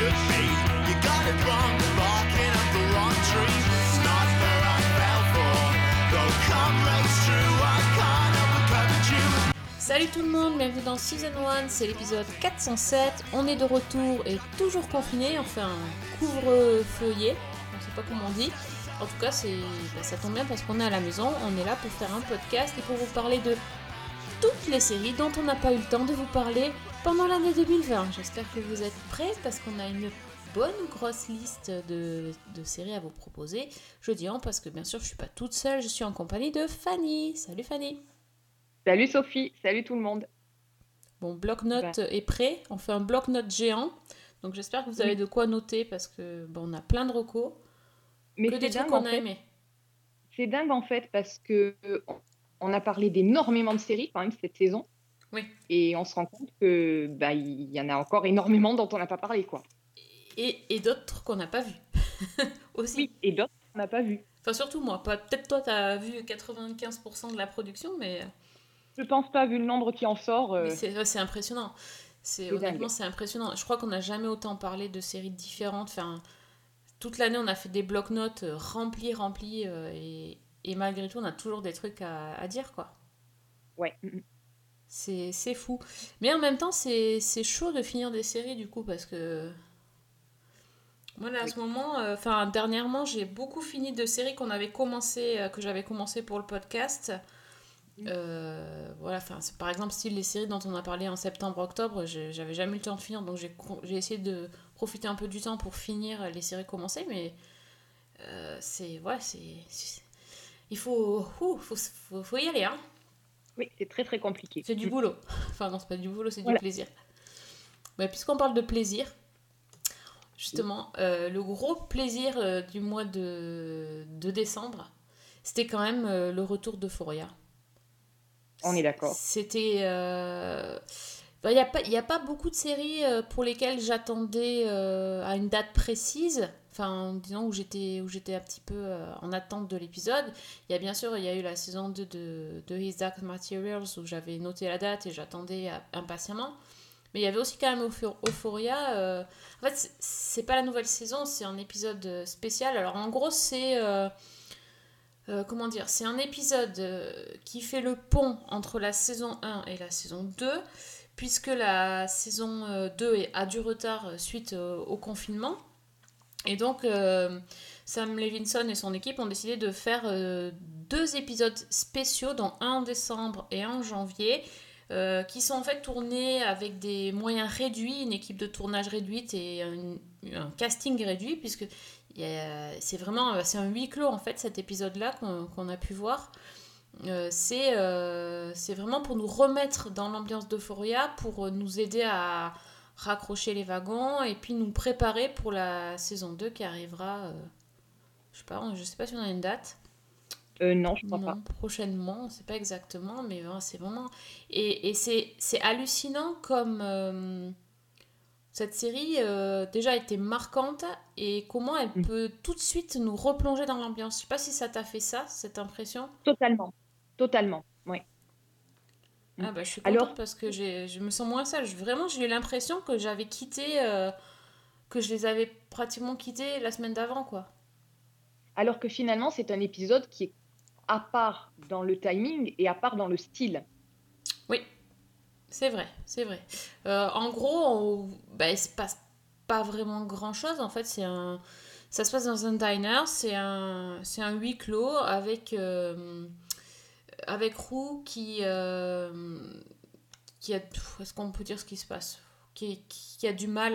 could be. You got it wrong, barking up the wrong tree. It's not where I fell for. Though come race true, I can't help but covet you. Salut tout le monde, bienvenue dans Season 1, c'est l'épisode 407. On est de retour et toujours confinés, on fait un couvre-feuillet, on ne sait pas comment on dit. En tout cas, ça tombe bien parce qu'on est à la maison, on est là pour faire un podcast et pour vous parler de toutes les séries dont on n'a pas eu le temps de vous parler pendant l'année 2020. J'espère que vous êtes prêts parce qu'on a une bonne grosse liste de séries à vous proposer. Je dis parce que bien sûr je suis pas toute seule, je suis en compagnie de Fanny. Salut Fanny. Salut Sophie, salut tout le monde. Bon, bloc-notes est prêt, on fait un bloc-notes géant. Donc j'espère que vous avez de quoi noter parce que on a plein de recos. Mais que des trucs qu'on a aimés. C'est dingue en fait parce que on a parlé d'énormément de séries quand même cette saison. Oui. Et on se rend compte que il y en a encore énormément dont on n'a pas parlé quoi. Et d'autres qu'on n'a pas vues aussi. Oui, et d'autres qu'on n'a pas vues. Enfin surtout moi, peut-être toi t'as vu 95% de la production, mais je pense pas vu le nombre qui en sort. Mais c'est impressionnant. Honnêtement c'est impressionnant. Je crois qu'on n'a jamais autant parlé de séries différentes. Enfin, toute l'année on a fait des bloc-notes remplis et malgré tout on a toujours des trucs à dire quoi. Ouais. C'est fou. Mais en même temps c'est chaud de finir des séries du coup parce que moi là, à ce moment, dernièrement j'ai beaucoup fini de séries que j'avais commencé pour le podcast. Par exemple style les séries dont on a parlé en septembre-octobre, j'avais jamais eu le temps de finir, donc j'ai essayé de profiter un peu du temps pour finir les séries commencées, mais il faut y aller hein. Oui, c'est très très compliqué. C'est du boulot. Enfin non, c'est pas du boulot, c'est du plaisir. Puisqu'on parle de plaisir, justement, le gros plaisir du mois de décembre, c'était quand même le retour d'Euphoria. On est d'accord. C'était... Il n'y a pas beaucoup de séries pour lesquelles j'attendais à une date précise. Enfin, disons où j'étais un petit peu en attente de l'épisode. Il y a eu la saison 2 de His Dark Materials où j'avais noté la date et j'attendais impatiemment. Mais il y avait aussi quand même Euphoria. En fait, c'est pas la nouvelle saison, c'est un épisode spécial. Alors en gros, c'est... c'est un épisode qui fait le pont entre la saison 1 et la saison 2, puisque la saison 2 a du retard suite au confinement. Et donc, Sam Levinson et son équipe ont décidé de faire 2 épisodes spéciaux, dont un en décembre et un en janvier, qui sont en fait tournés avec des moyens réduits, une équipe de tournage réduite et un casting réduit, puisque c'est un huis clos en fait cet épisode-là qu'on a pu voir. C'est vraiment pour nous remettre dans l'ambiance d'Euphoria, pour nous aider à raccrocher les wagons et puis nous préparer pour la saison 2 qui arrivera, je sais pas si on a une date. Non, je crois pas. Prochainement, on ne sait pas exactement, mais c'est vraiment... Et c'est hallucinant comme cette série déjà été marquante et comment elle peut tout de suite nous replonger dans l'ambiance. Je ne sais pas si ça t'a fait ça, cette impression. Totalement, oui. Je suis contente parce que je me sens moins seule. Vraiment, j'ai eu l'impression que j'avais quitté... que je les avais pratiquement quittés la semaine d'avant, quoi. Alors que finalement, c'est un épisode qui est à part dans le timing et à part dans le style. Oui, c'est vrai. En gros, il se passe pas vraiment grand-chose. En fait, ça se passe dans un diner. C'est un huis clos avec Roux qui a... Est-ce qu'on peut dire ce qui se passe ? Qui a du mal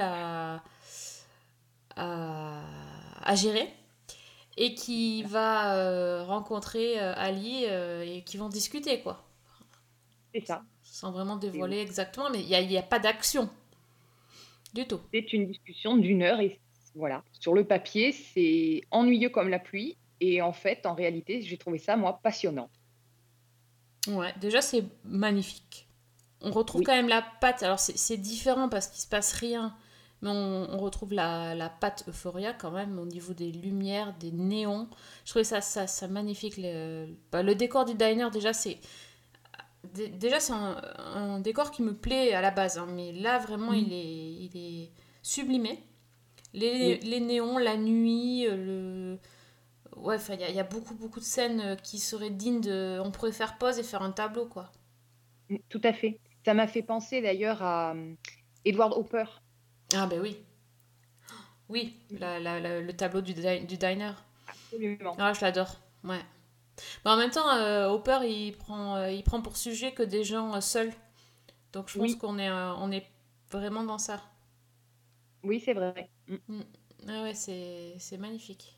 à gérer. Et qui va rencontrer Ali et qui vont discuter, quoi. C'est ça. Sans vraiment dévoiler exactement, mais il n'y a pas d'action du tout. C'est une discussion d'1 heure et voilà. Sur le papier, c'est ennuyeux comme la pluie et en fait, en réalité, j'ai trouvé ça, moi, passionnant. Ouais, déjà, c'est magnifique. On retrouve quand même la patte. Alors, c'est différent parce qu'il ne se passe rien. Mais on retrouve la patte Euphoria quand même au niveau des lumières, des néons. Je trouvais ça magnifique. Le décor du diner, déjà, c'est un décor qui me plaît à la base. Hein, mais là, vraiment, il est sublimé. Oui, les néons, la nuit, Ouais, enfin, il y a beaucoup, beaucoup de scènes qui seraient dignes de... On pourrait faire pause et faire un tableau, quoi. tout à fait. Ça m'a fait penser d'ailleurs à, Edward Hopper. Ah ben oui, oui, le tableau du diner. Absolument. Ah, je l'adore, ouais. Mais en même temps, Hopper, il prend pour sujet que des gens seuls. Donc je pense Oui, qu'on est vraiment dans ça. oui, c'est vrai. Mm. Ah ouais, c'est magnifique.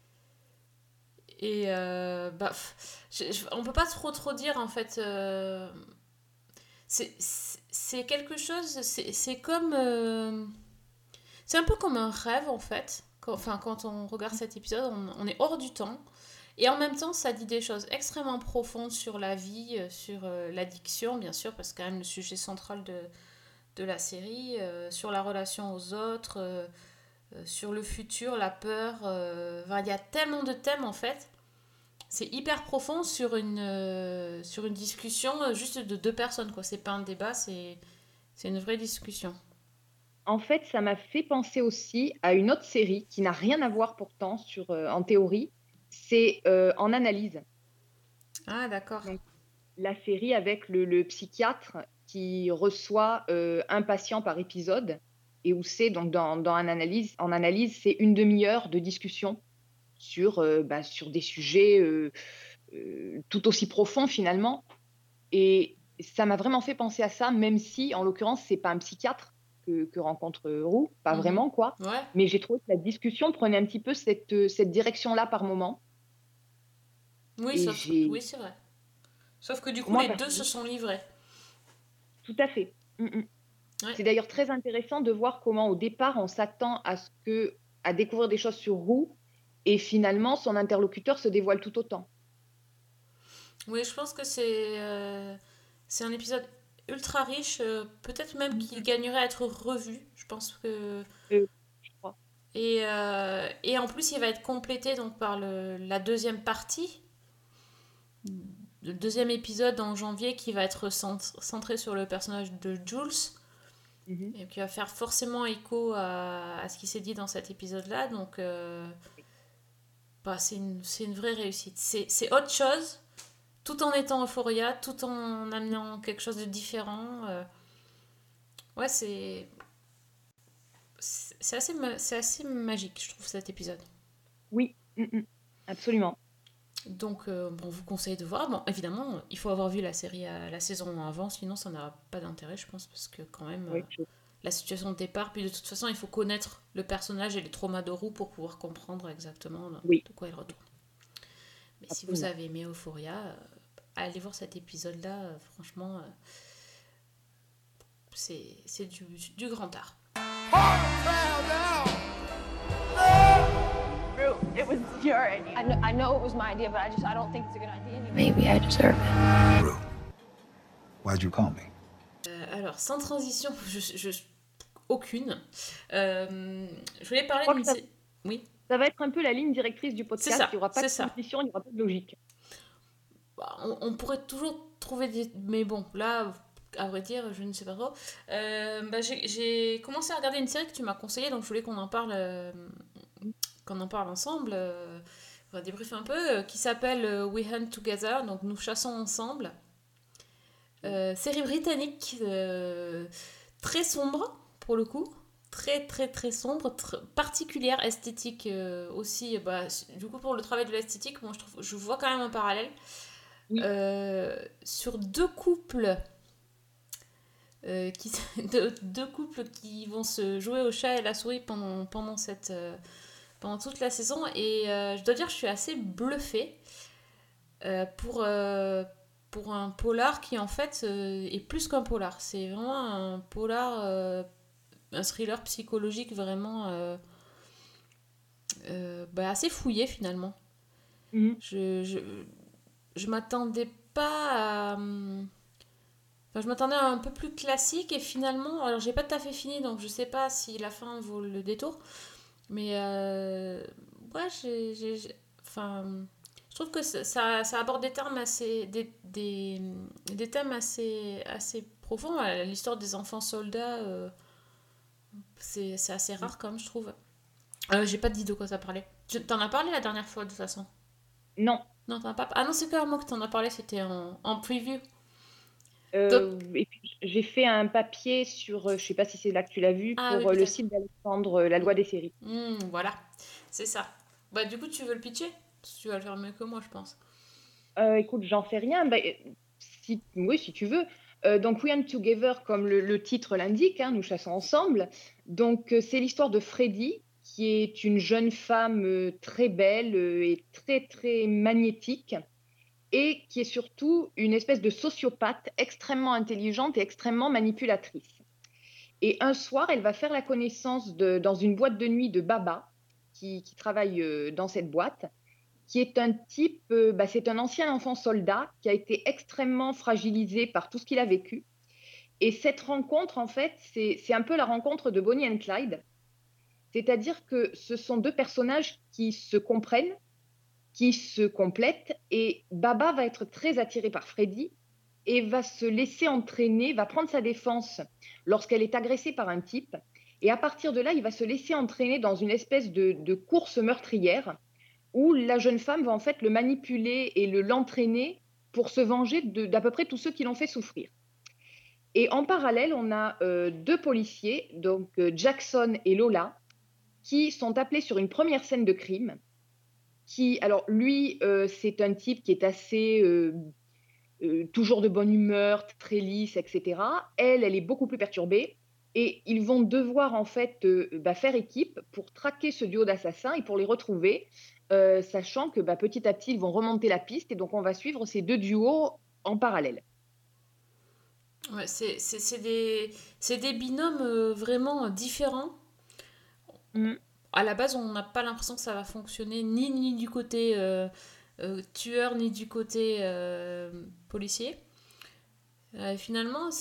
Et bah, on peut pas trop dire en fait. C'est quelque chose. C'est comme. C'est un peu comme un rêve en fait. Enfin, quand on regarde cet épisode, on est hors du temps. Et en même temps, ça dit des choses extrêmement profondes sur la vie, sur l'addiction, bien sûr, parce que c'est quand même le sujet central de la série, sur la relation aux autres, sur le futur, la peur. Enfin, il y a tellement de thèmes en fait. C'est hyper profond sur une discussion juste de deux personnes, quoi. C'est pas un débat, c'est une vraie discussion. En fait, ça m'a fait penser aussi à une autre série qui n'a rien à voir pourtant en théorie. C'est En analyse. Ah, d'accord. Donc, la série avec le psychiatre qui reçoit un patient par épisode et où c'est donc en analyse, c'est une demi-heure de discussion sur des sujets tout aussi profonds finalement. Et ça m'a vraiment fait penser à ça, même si, en l'occurrence, c'est pas un psychiatre que rencontre Roux, pas Mhm. vraiment, quoi. Ouais. Mais j'ai trouvé que la discussion prenait un petit peu cette direction-là par moment. Oui, Et j'ai, oui, c'est vrai. Sauf que du coup, moi, les deux se personnellement, sont livrés. tout à fait. Ouais. C'est d'ailleurs très intéressant de voir comment, au départ, on s'attend à découvrir des choses sur Roux, et finalement, son interlocuteur se dévoile tout autant. Oui, je pense que c'est un épisode ultra riche. Peut-être même qu'il gagnerait à être revu. Je pense que. Je crois. Et en plus, il va être complété donc par la deuxième partie, le deuxième épisode en janvier qui va être centré sur le personnage de Jules Mhm. et qui va faire forcément écho à ce qui s'est dit dans cet épisode-là. Donc, bah, c'est une vraie réussite. C'est autre chose, tout en étant Euphoria, tout en amenant quelque chose de différent. Ouais, c'est assez magique, je trouve, cet épisode. Oui, absolument. Donc, bon, on vous conseille de voir. Bon, évidemment, il faut avoir vu la série, la saison avant, sinon ça n'a pas d'intérêt, je pense, parce que quand même, Oui, la situation de départ, puis de toute façon, il faut connaître le personnage et les traumas de Roux pour pouvoir comprendre exactement oui, de quoi il retourne. Mais si vous absolument. avez aimé Euphoria, allez voir cet épisode-là, franchement, c'est du grand art. It was your idea. I know it was my idea, but I don't think it's a good idea anymore. Maybe I deserve it. Rue, why'd you call me? Alors, sans transition, aucune. Je voulais Je parler crois d'une... que ça, Oui, ça va être un peu la ligne directrice du c'est podcast. ça, Il n'y aura pas c'est de ça. transition, il n'y aura pas de logique. Bah, on pourrait toujours trouver des... Mais bon, là, à vrai dire, je ne sais pas trop. Bah, j'ai commencé à regarder une série que tu m'as conseillée, donc je voulais qu'on en parle ensemble, on va débriefer un peu, qui s'appelle We Hunt Together, donc Nous chassons ensemble. Série britannique très sombre, pour le coup. Très, très, très sombre, particulière, esthétique aussi. Bah, du coup, pour le travail de l'esthétique, moi, je vois quand même un parallèle. Oui. Sur deux couples deux couples qui vont se jouer au chat et la souris pendant toute la saison. Et je dois dire, je suis assez bluffée pour un polar qui, en fait, est plus qu'un polar. C'est vraiment un polar, un thriller psychologique vraiment assez fouillé, finalement. Mhm. Je m'attendais pas à... Enfin, je m'attendais à un peu plus classique et finalement, alors j'ai pas tout à fait fini donc je sais pas si la fin vaut le détour, mais ouais, enfin, je trouve que ça aborde des termes des thèmes assez profonds. L'histoire des enfants soldats, c'est assez rare quand même, je trouve. J'ai pas dit de quoi ça parlait. T'en as parlé la dernière fois, de toute façon. Non. Non, t'en as pas... Ah non, c'est que moi que t'en as parlé, c'était en preview. Et puis j'ai fait un papier sur, je sais pas si c'est là que tu l'as vu, Ah oui, pour le peut-être. site d'Alexandre, La Loi des séries. Voilà, c'est ça. Bah du coup, tu veux le pitcher? Tu vas le faire mieux que moi, je pense. Écoute, j'en sais rien. Oui, si tu veux. Donc, We Hunt Together, comme le titre l'indique, hein, nous chassons ensemble. Donc, c'est l'histoire de Freddie, qui est une jeune femme très belle et très, très magnétique, et qui est surtout une espèce de sociopathe extrêmement intelligente et extrêmement manipulatrice. Et un soir, elle va faire la connaissance dans une boîte de nuit de Baba, qui travaille dans cette boîte, qui est un type, c'est un ancien enfant soldat qui a été extrêmement fragilisé par tout ce qu'il a vécu. Et cette rencontre, en fait, c'est un peu la rencontre de Bonnie and Clyde. C'est-à-dire que ce sont deux personnages qui se comprennent, qui se complètent, et Baba va être très attirée par Freddy et va se laisser entraîner, va prendre sa défense lorsqu'elle est agressée par un type. Et à partir de là, il va se laisser entraîner dans une espèce de course meurtrière où la jeune femme va en fait le manipuler et l'entraîner pour se venger d'à peu près tous ceux qui l'ont fait souffrir. Et en parallèle, on a deux policiers, donc Jackson et Lola, qui sont appelés sur une première scène de crime. Alors lui, c'est un type qui est assez toujours de bonne humeur, très lisse, etc. Elle est beaucoup plus perturbée. Et ils vont devoir en fait faire équipe pour traquer ce duo d'assassins et pour les retrouver, sachant que petit à petit, ils vont remonter la piste et donc on va suivre ces deux duos en parallèle. Ouais, c'est des binômes vraiment différents. À la base, on n'a pas l'impression que ça va fonctionner ni du côté tueur ni du côté policier. Finalement,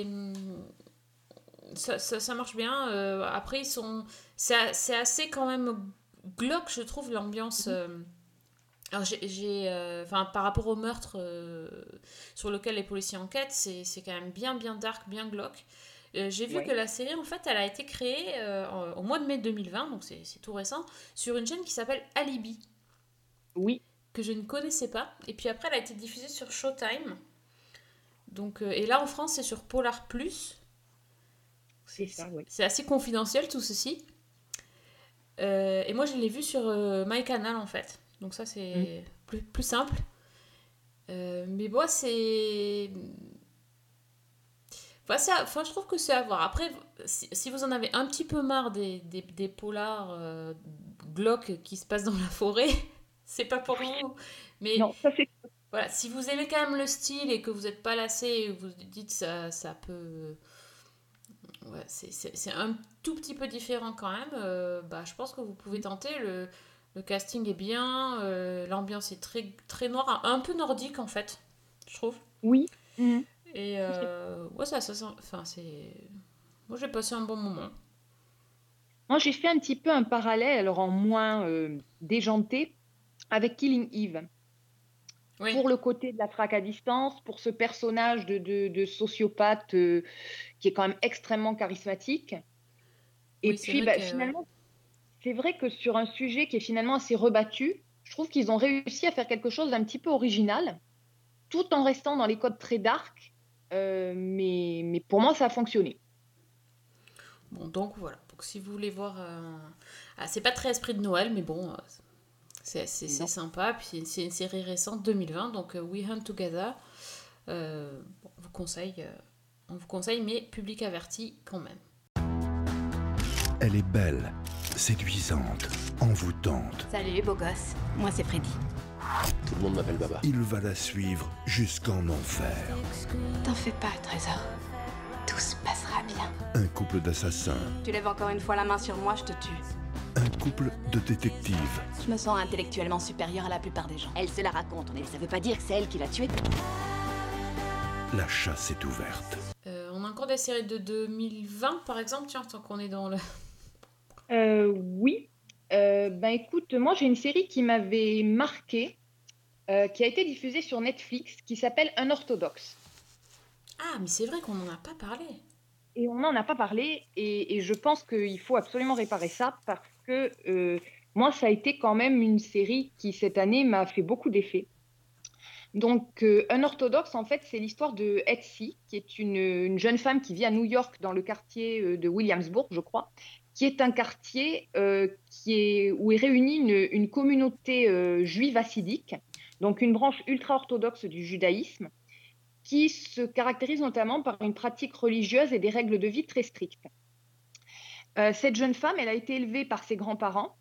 ça marche bien. Après, c'est assez quand même glauque, je trouve, l'ambiance. Alors, par rapport au meurtre sur lequel les policiers enquêtent, c'est quand même bien dark, bien glauque. J'ai vu que la série, en fait, elle a été créée au mois de mai 2020, donc c'est tout récent, sur une chaîne qui s'appelle Alibi. Oui. Que je ne connaissais pas. Et puis après, elle a été diffusée sur Showtime. Donc, et là, en France, c'est sur Polar+. C'est ça, oui. C'est assez confidentiel, tout ceci. Et moi, je l'ai vu sur MyCanal, en fait. Donc ça, c'est plus simple. Mais bon, c'est... je trouve que c'est à voir. Après, si vous en avez un petit peu marre des polars glauques qui se passent dans la forêt, c'est pas pour vous. Mais non, ça c'est... Voilà, si vous aimez quand même le style et que vous n'êtes pas lassé et que vous dites ça peut... Ouais, c'est un tout petit peu différent quand même. Je pense que vous pouvez tenter. Le casting est bien, l'ambiance est très, très noire, un peu nordique en fait, je trouve. Oui. Et moi j'ai passé un bon moment. Moi j'ai fait un petit peu un parallèle, alors en moins déjanté, avec Killing Eve. Oui. Pour le côté de la traque à distance, pour ce personnage de sociopathe qui est quand même extrêmement charismatique. Et puis finalement, c'est vrai que sur un sujet qui est finalement assez rebattu, je trouve qu'ils ont réussi à faire quelque chose d'un petit peu original, tout en restant dans les codes très dark, mais pour moi ça a fonctionné. Bon, donc voilà, donc si vous voulez voir... c'est pas très esprit de Noël, mais bon... C'est sympa, puis c'est une série récente, 2020, donc We Hunt Together. On vous conseille, mais public averti quand même. Elle est belle, séduisante, envoûtante. Salut beau gosse, moi c'est Freddy. Tout le monde m'appelle Baba. Il va la suivre jusqu'en enfer. T'en fais pas, Trésor. Tout se passera bien. Un couple d'assassins. Tu lèves encore une fois la main sur moi, je te tue. Un couple de détectives. Je me sens intellectuellement supérieure à la plupart des gens. Elle se la raconte, mais ça veut pas dire que c'est elle qui l'a tué. La chasse est ouverte. On a encore des séries de 2020, par exemple, tiens, tant qu'on est dans le... Oui. Écoute, moi j'ai une série qui m'avait marquée, qui a été diffusée sur Netflix, qui s'appelle Unorthodox. Ah, mais c'est vrai qu'on n'en a pas parlé. Et on n'en a pas parlé, et je pense qu'il faut absolument réparer ça, parce que moi, ça a été quand même une série qui, cette année, m'a fait beaucoup d'effet. Donc, Unorthodox, en fait, c'est l'histoire de Etsy, qui est une jeune femme qui vit à New York, dans le quartier de Williamsburg, je crois, qui est un quartier où est réunie une communauté juive hassidique, donc une branche ultra-orthodoxe du judaïsme, qui se caractérise notamment par une pratique religieuse et des règles de vie très strictes. Cette jeune femme, elle a été élevée par ses grands-parents.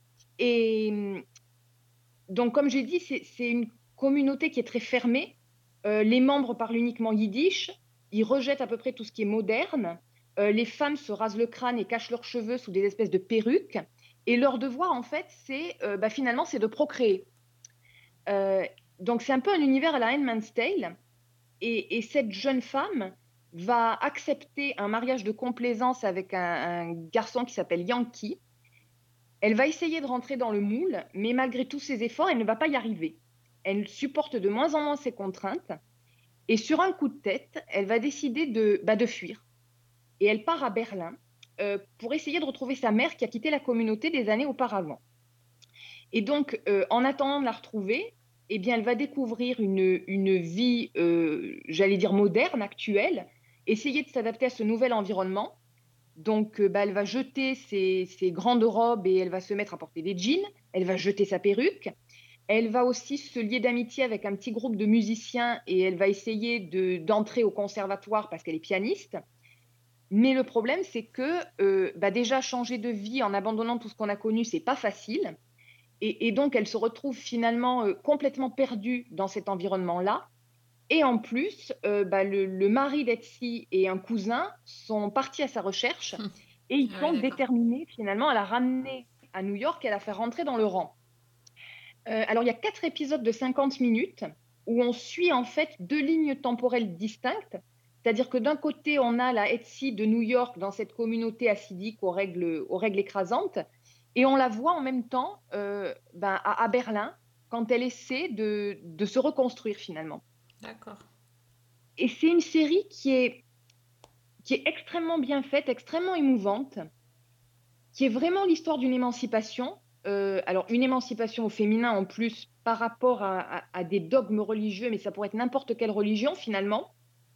Et donc, comme j'ai dit, c'est une communauté qui est très fermée. Les membres parlent uniquement yiddish. Ils rejettent à peu près tout ce qui est moderne. Les femmes se rasent le crâne et cachent leurs cheveux sous des espèces de perruques. Et leur devoir, en fait, finalement, c'est de procréer. Donc, c'est un peu un univers à la Handmaid's Tale. Et cette jeune femme va accepter un mariage de complaisance avec un garçon qui s'appelle Yankee. Elle va essayer de rentrer dans le moule, mais malgré tous ses efforts, elle ne va pas y arriver. Elle supporte de moins en moins ses contraintes. Et sur un coup de tête, elle va décider de fuir. Et elle part à Berlin pour essayer de retrouver sa mère qui a quitté la communauté des années auparavant. Et donc, en attendant de la retrouver, eh bien, elle va découvrir une vie, j'allais dire moderne, actuelle, essayer de s'adapter à ce nouvel environnement. Donc, elle va jeter ses grandes robes et elle va se mettre à porter des jeans. Elle va jeter sa perruque. Elle va aussi se lier d'amitié avec un petit groupe de musiciens et elle va essayer d'entrer au conservatoire parce qu'elle est pianiste. Mais le problème, c'est que déjà, changer de vie en abandonnant tout ce qu'on a connu, c'est pas facile. Et donc, elle se retrouve finalement complètement perdue dans cet environnement-là. Et en plus, le mari d'Etsy et un cousin sont partis à sa recherche et ils sont déterminés finalement à la ramener à New York et à la faire rentrer dans le rang. Alors, il y a 4 épisodes de 50 minutes où on suit en fait 2 lignes temporelles distinctes. C'est-à-dire que d'un côté, on a la Etsy de New York dans cette communauté hassidique aux règles écrasantes. Et on la voit en même temps à Berlin quand elle essaie de se reconstruire finalement. D'accord. Et c'est une série qui est extrêmement bien faite, extrêmement émouvante, qui est vraiment l'histoire d'une émancipation. Alors une émancipation au féminin en plus par rapport à des dogmes religieux, mais ça pourrait être n'importe quelle religion finalement.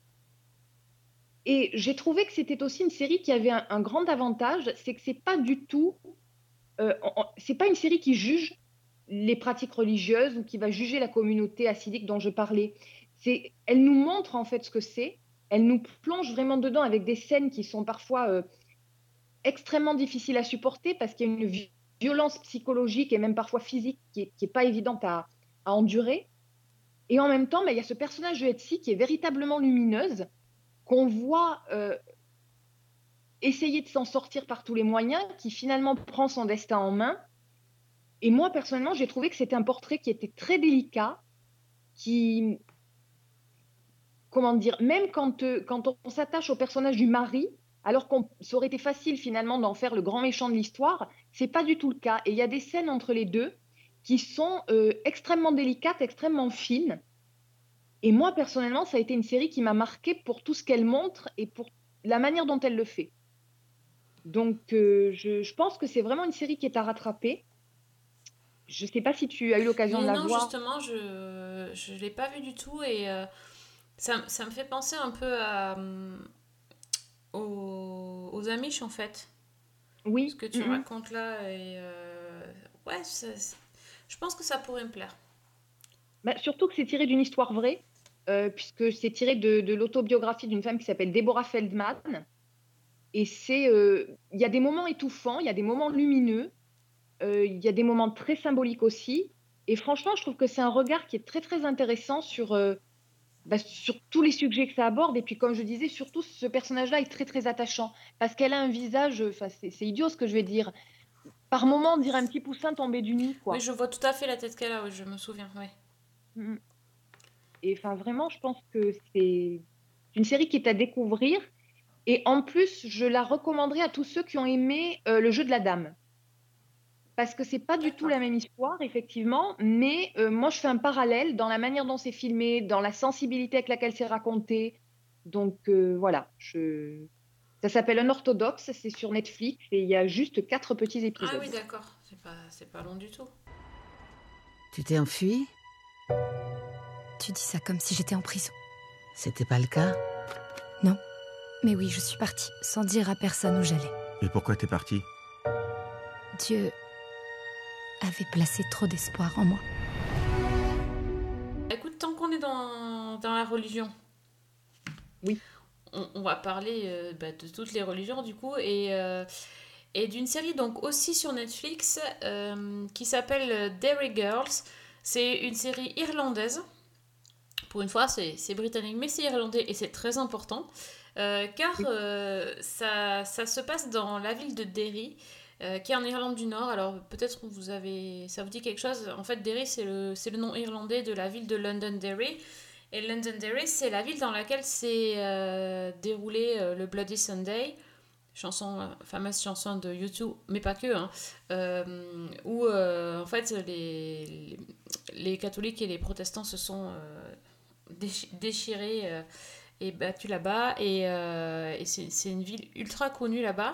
Et j'ai trouvé que c'était aussi une série qui avait un grand avantage, c'est que c'est pas du tout... c'est pas une série qui juge les pratiques religieuses ou qui va juger la communauté hassidique dont je parlais. Elle nous montre en fait ce que c'est. Elle nous plonge vraiment dedans avec des scènes qui sont parfois extrêmement difficiles à supporter parce qu'il y a une violence psychologique et même parfois physique qui est pas évidente à endurer. Et en même temps, il y a ce personnage de Etsy qui est véritablement lumineuse, qu'on voit essayer de s'en sortir par tous les moyens, qui finalement prend son destin en main. Et moi, personnellement, j'ai trouvé que c'était un portrait qui était très délicat, qui... Comment dire, même quand on s'attache au personnage du mari, alors ça aurait été facile finalement d'en faire le grand méchant de l'histoire, c'est pas du tout le cas. Et il y a des scènes entre les deux qui sont extrêmement délicates, extrêmement fines. Et moi, personnellement, ça a été une série qui m'a marquée pour tout ce qu'elle montre et pour la manière dont elle le fait. Donc, je pense que c'est vraiment une série qui est à rattraper. Je ne sais pas si tu as eu l'occasion de la voir. Non, justement, je ne l'ai pas vue du tout et ça me fait penser un peu aux Amish, en fait. Oui. Ce que tu racontes là. Et ouais, je pense que ça pourrait me plaire. Surtout que c'est tiré d'une histoire vraie, puisque c'est tiré de l'autobiographie d'une femme qui s'appelle Deborah Feldman. Et il y a des moments étouffants, il y a des moments lumineux, il y a des moments très symboliques aussi. Et franchement, je trouve que c'est un regard qui est très, très intéressant sur tous les sujets que ça aborde. Et puis, comme je disais, surtout, ce personnage-là est très, très attachant. Parce qu'elle a un visage, c'est idiot ce que je vais dire. Par moments, on dirait un petit poussin tombé du nid, quoi. Oui, je vois tout à fait la tête qu'elle a, oui, je me souviens, oui. Et vraiment, je pense que c'est une série qui est à découvrir. Et en plus, je la recommanderais à tous ceux qui ont aimé Le Jeu de la Dame. Parce que c'est pas du tout la même histoire, effectivement, mais moi, je fais un parallèle dans la manière dont c'est filmé, dans la sensibilité avec laquelle c'est raconté. Donc, voilà, Ça s'appelle Unorthodoxe, c'est sur Netflix et il y a juste 4 petits épisodes. Ah oui, d'accord. C'est pas long du tout. Tu t'es enfui? Tu dis ça comme si j'étais en prison. C'était pas le cas? Non. Mais oui, je suis partie, sans dire à personne où j'allais. Et pourquoi t'es partie? Dieu avait placé trop d'espoir en moi. Écoute, tant qu'on est dans la religion, oui, on va parler de toutes les religions du coup, et d'une série donc aussi sur Netflix qui s'appelle Derry Girls. C'est une série irlandaise. Pour une fois, c'est britannique, mais c'est irlandais et c'est très important. Car ça se passe dans la ville de Derry, qui est en Irlande du Nord. Alors peut-être que ça vous dit quelque chose. En fait, Derry, c'est le nom irlandais de la ville de Londonderry. Et Londonderry, c'est la ville dans laquelle s'est déroulé le Bloody Sunday, fameuse chanson de U2, mais pas que, où en fait les catholiques et les protestants se sont déchirés et battus là-bas, et c'est une ville ultra connue là-bas.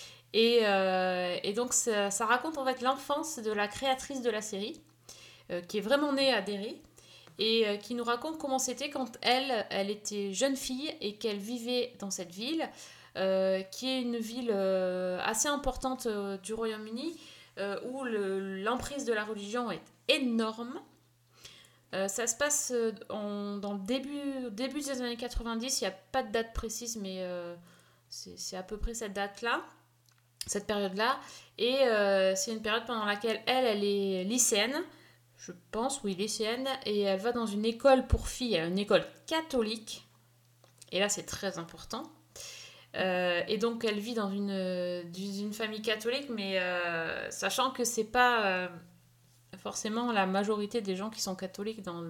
Et donc ça raconte en fait l'enfance de la créatrice de la série, qui est vraiment née à Derry, et qui nous raconte comment c'était quand elle était jeune fille et qu'elle vivait dans cette ville, qui est une ville assez importante du Royaume-Uni, où l'emprise de la religion est énorme. Ça se passe dans le début des années 90, il n'y a pas de date précise, mais c'est à peu près cette date-là, cette période-là. Et c'est une période pendant laquelle elle est lycéenne, je pense, oui, lycéenne, et elle va dans une école pour filles, une école catholique, et là c'est très important. Et donc elle vit dans une famille catholique, mais sachant que c'est pas forcément la majorité des gens qui sont catholiques dans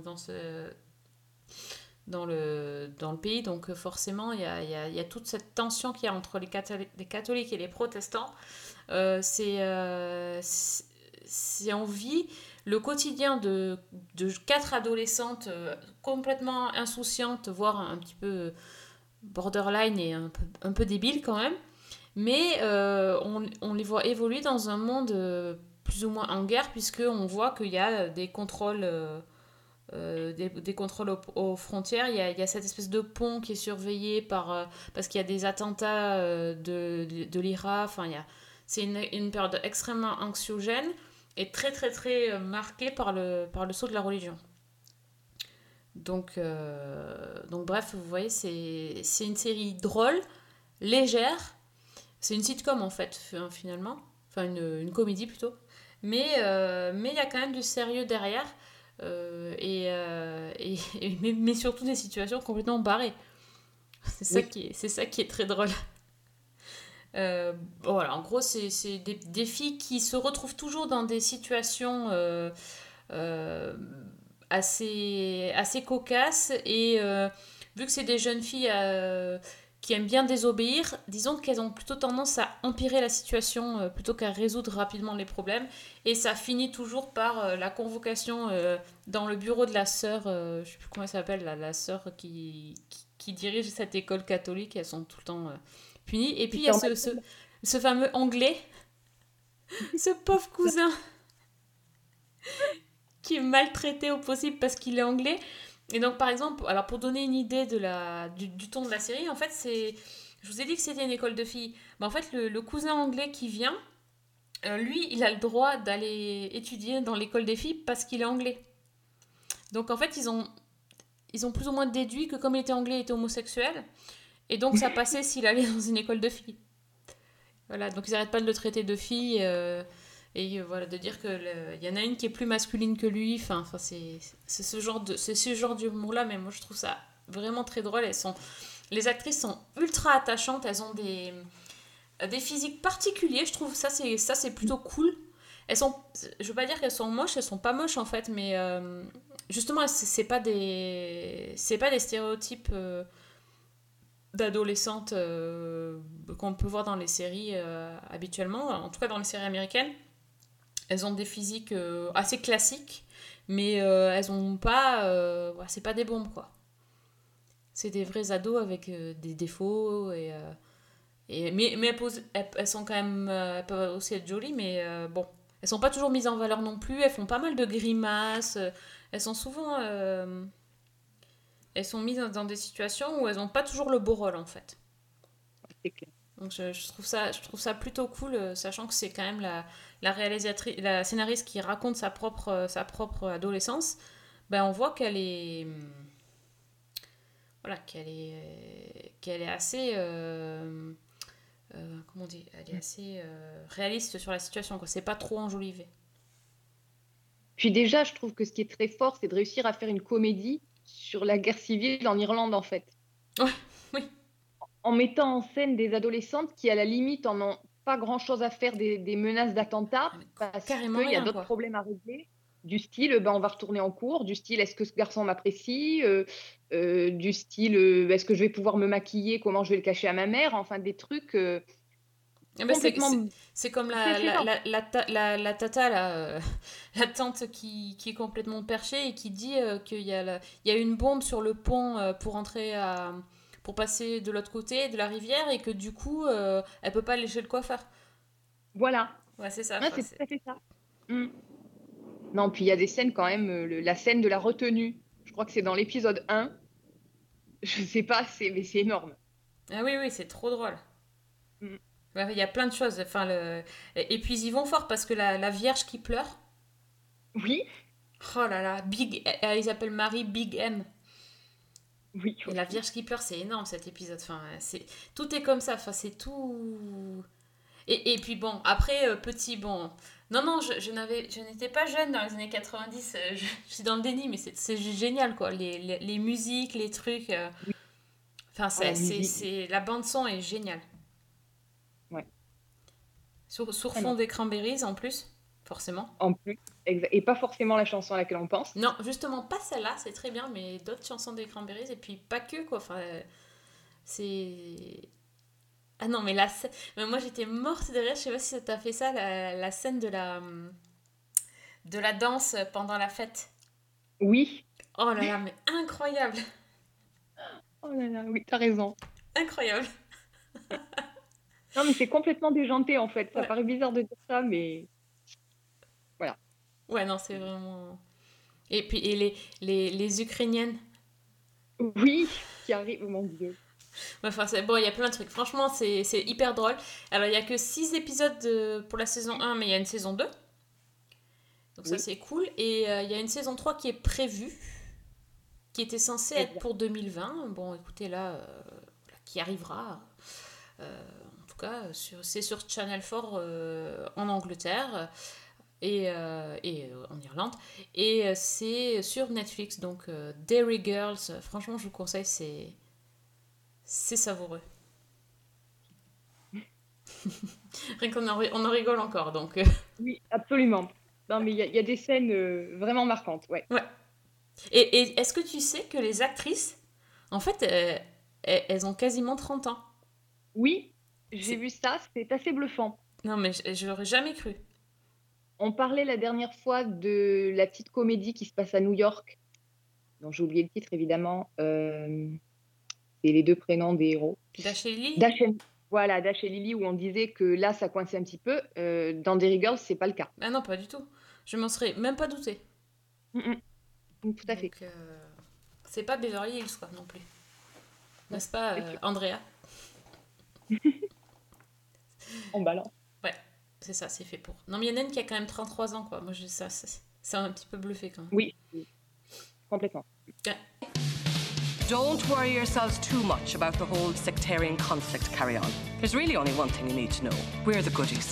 le pays, donc forcément il y a toute cette tension qu'il y a entre les catholiques et les protestants. C'est on vit le quotidien de 4 adolescentes complètement insouciantes, voire un petit peu borderline et un peu débile quand même, mais on les voit évoluer dans un monde plus ou moins en guerre, puisqu'on voit qu'il y a des contrôles des contrôles aux frontières. Il y a cette espèce de pont qui est surveillé parce qu'il y a des attentats de l'IRA. Enfin, c'est une période extrêmement anxiogène et très très très marquée par le sceau de la religion. Donc bref, vous voyez, c'est une série drôle, légère. C'est une sitcom en fait, finalement. Enfin, une comédie plutôt. Mais il y a quand même du sérieux derrière. Mais surtout des situations complètement barrées. C'est ça qui est très drôle. Voilà, en gros, c'est des filles qui se retrouvent toujours dans des situations assez cocasses, et vu que c'est des jeunes filles qui aiment bien désobéir, disons qu'elles ont plutôt tendance à empirer la situation plutôt qu'à résoudre rapidement les problèmes, et ça finit toujours par la convocation dans le bureau de la sœur, je sais plus comment elle s'appelle, la sœur qui dirige cette école catholique. Elles sont tout le temps punies, et puis il y a ce fameux anglais, ce pauvre cousin qui est maltraité au possible parce qu'il est anglais. Et donc, par exemple, alors pour donner une idée du ton de la série, en fait, je vous ai dit que c'était une école de filles. Mais en fait, le cousin anglais qui vient, lui, il a le droit d'aller étudier dans l'école des filles parce qu'il est anglais. Donc, en fait, ils ont plus ou moins déduit que comme il était anglais, il était homosexuel. Et donc, ça passait s'il allait dans une école de filles. Voilà, donc ils n'arrêtent pas de le traiter de fille. Et voilà, de dire qu'il y en a une qui est plus masculine que lui. Enfin, c'est ce genre d'humour-là, mais moi je trouve ça vraiment très drôle. Les actrices sont ultra attachantes, elles ont des physiques particuliers, je trouve. Ça c'est plutôt cool. Je veux pas dire qu'elles sont moches, elles sont pas moches en fait, mais justement, c'est pas des stéréotypes d'adolescentes qu'on peut voir dans les séries habituellement, en tout cas dans les séries américaines. Elles ont des physiques assez classiques, mais elles ont pas... c'est pas des bombes, quoi. C'est des vrais ados avec des défauts, et Mais elles sont quand même... elles peuvent aussi être jolies, mais bon. Elles sont pas toujours mises en valeur non plus. Elles font pas mal de grimaces. Elles sont souvent... elles sont mises dans des situations où elles n'ont pas toujours le beau rôle, en fait. C'est clair. Donc je trouve ça plutôt cool, sachant que c'est quand même la réalisatrice, la scénariste qui raconte sa propre adolescence. Ben on voit qu'elle est... Voilà, qu'elle est assez... comment on dit, elle est assez réaliste sur la situation, quoi. C'est pas trop enjolivé. Puis déjà, je trouve que ce qui est très fort, c'est de réussir à faire une comédie sur la guerre civile en Irlande, en fait. Ouais, oui. En mettant en scène des adolescentes qui, à la limite, en ont pas grand-chose à faire des menaces d'attentats, parce qu'il y a d'autres problèmes à régler. Du style, on va retourner en cours. Du style, est-ce que ce garçon m'apprécie du style, est-ce que je vais pouvoir me maquiller? Comment je vais le cacher à ma mère? Enfin, des trucs... complètement... c'est comme la tata, la tante qui est complètement perchée et qui dit qu'il y a une bombe sur le pont pour passer de l'autre côté de la rivière et que du coup, elle peut pas aller chez le coiffeur. Voilà. Ouais, c'est ça. Ouais, c'est tout à fait ça. Non, puis il y a des scènes quand même, la scène de la retenue. Je crois que c'est dans l'épisode 1. Je sais pas, mais c'est énorme. Ah oui, c'est trop drôle. Il y a plein de choses. Et puis ils vont fort parce que la Vierge qui pleure. Oui. Oh là là, ils appellent Marie Big M. Oui. Et la Vierge qui pleure, c'est énorme cet épisode. Tout est comme ça. C'est tout. Et puis bon, après, petit, bon... Non, je n'étais pas jeune dans les années 90. Je suis dans le déni, mais c'est génial, quoi. Les musiques, les trucs... la bande-son est géniale. Ouais. Sur fond des Cranberries, en plus, forcément. En plus, et pas forcément la chanson à laquelle on pense. Non, justement, pas celle-là, c'est très bien, mais d'autres chansons des Cranberries, et puis pas que, quoi. C'est... Ah non, mais moi j'étais morte de rire, je sais pas si ça t'a fait ça, la scène de la danse pendant la fête. Oui. Oh là là, mais incroyable. Oh là là, oui, t'as raison. Incroyable. Non, mais c'est complètement déjanté en fait. Ça paraît bizarre de dire ça, mais voilà. Ouais, non, c'est vraiment... Et puis les Ukrainiennes. Oui, qui arrivent, oh mon Dieu. Enfin, bon, il y a plein de trucs. Franchement, c'est hyper drôle. Alors, il n'y a que 6 épisodes pour la saison 1, mais il y a une saison 2. Donc ça, c'est cool. Et il y a une saison 3 qui est prévue, qui était censée être pour 2020. Bon, écoutez, là, qui arrivera. En tout cas, c'est sur Channel 4 en Angleterre et en Irlande. Et c'est sur Netflix. Donc, Derry Girls, franchement, je vous conseille, c'est savoureux. Rien qu'on on en rigole encore, donc... Oui, absolument. Non, mais il y a des scènes vraiment marquantes, ouais. Et est-ce que tu sais que les actrices, en fait, elles ont quasiment 30 ans? Oui, j'ai vu ça, c'est assez bluffant. Non, mais je l'aurais jamais cru. On parlait la dernière fois de la petite comédie qui se passe à New York, dont j'ai oublié le titre, évidemment. C'est les deux prénoms des héros. Dash et Lily. Voilà, Dash et Lily, où on disait que là, ça coinçait un petit peu. Dans Derry Girls, c'est pas le cas. Ah non, pas du tout. Je m'en serais même pas douté. Tout à fait. Donc, c'est pas Beverly Hills, quoi, non plus. N'est-ce pas, Andrea? En balance. Ouais, c'est ça, c'est fait pour. Non, mais il y en a une qui a quand même 33 ans, quoi. Moi, ça m'a un petit peu bluffé, quand même. Oui, complètement. Ouais. Don't worry yourselves too much about the whole sectarian conflict carry on. There's really only one thing you need to know. We're the goodies.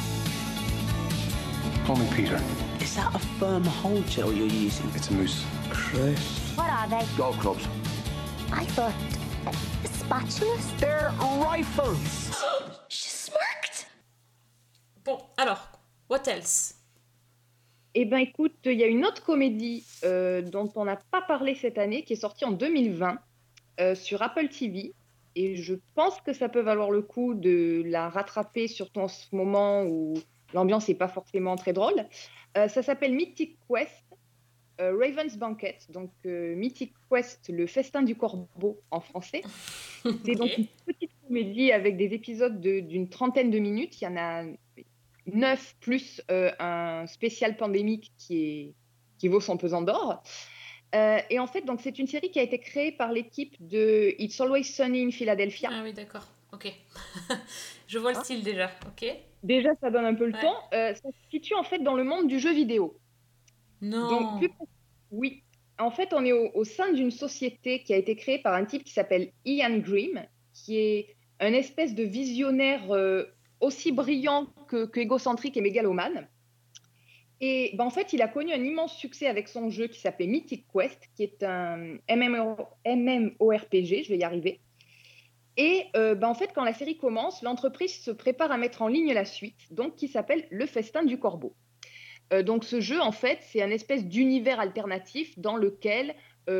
Call me Peter. Is that a firm hold gel you're using? It's a moose. Chris. What are they? Golf clubs. I thought spatulas. They're rifles. She smirked. Bon, alors, what else? Eh ben écoute, il y a une autre comédie dont on n'a pas parlé cette année, qui est sortie en 2020 sur Apple TV. Et je pense que ça peut valoir le coup de la rattraper, surtout en ce moment où l'ambiance n'est pas forcément très drôle. Ça s'appelle Mythic Quest, Raven's Banquet. Donc Mythic Quest, le festin du corbeau en français. C'est donc une petite comédie avec des épisodes d'une trentaine de minutes. Il y en a 9 plus un spécial pandémique qui vaut son pesant d'or. Et en fait, donc, c'est une série qui a été créée par l'équipe de It's Always Sunny in Philadelphia. Ah oui, d'accord. Ok. Je vois le style déjà. Ok. Déjà, ça donne un peu le ton. Ça se situe en fait dans le monde du jeu vidéo. Non. Donc, oui. En fait, on est au sein d'une société qui a été créée par un type qui s'appelle Ian Grimm, qui est un espèce de visionnaire aussi brillant que égocentrique et mégalomane. Et en fait, il a connu un immense succès avec son jeu qui s'appelait Mythic Quest, qui est un MMORPG, je vais y arriver. Et en fait, quand la série commence, l'entreprise se prépare à mettre en ligne la suite, donc qui s'appelle Le Festin du Corbeau. Donc ce jeu, en fait, c'est un espèce d'univers alternatif dans lequel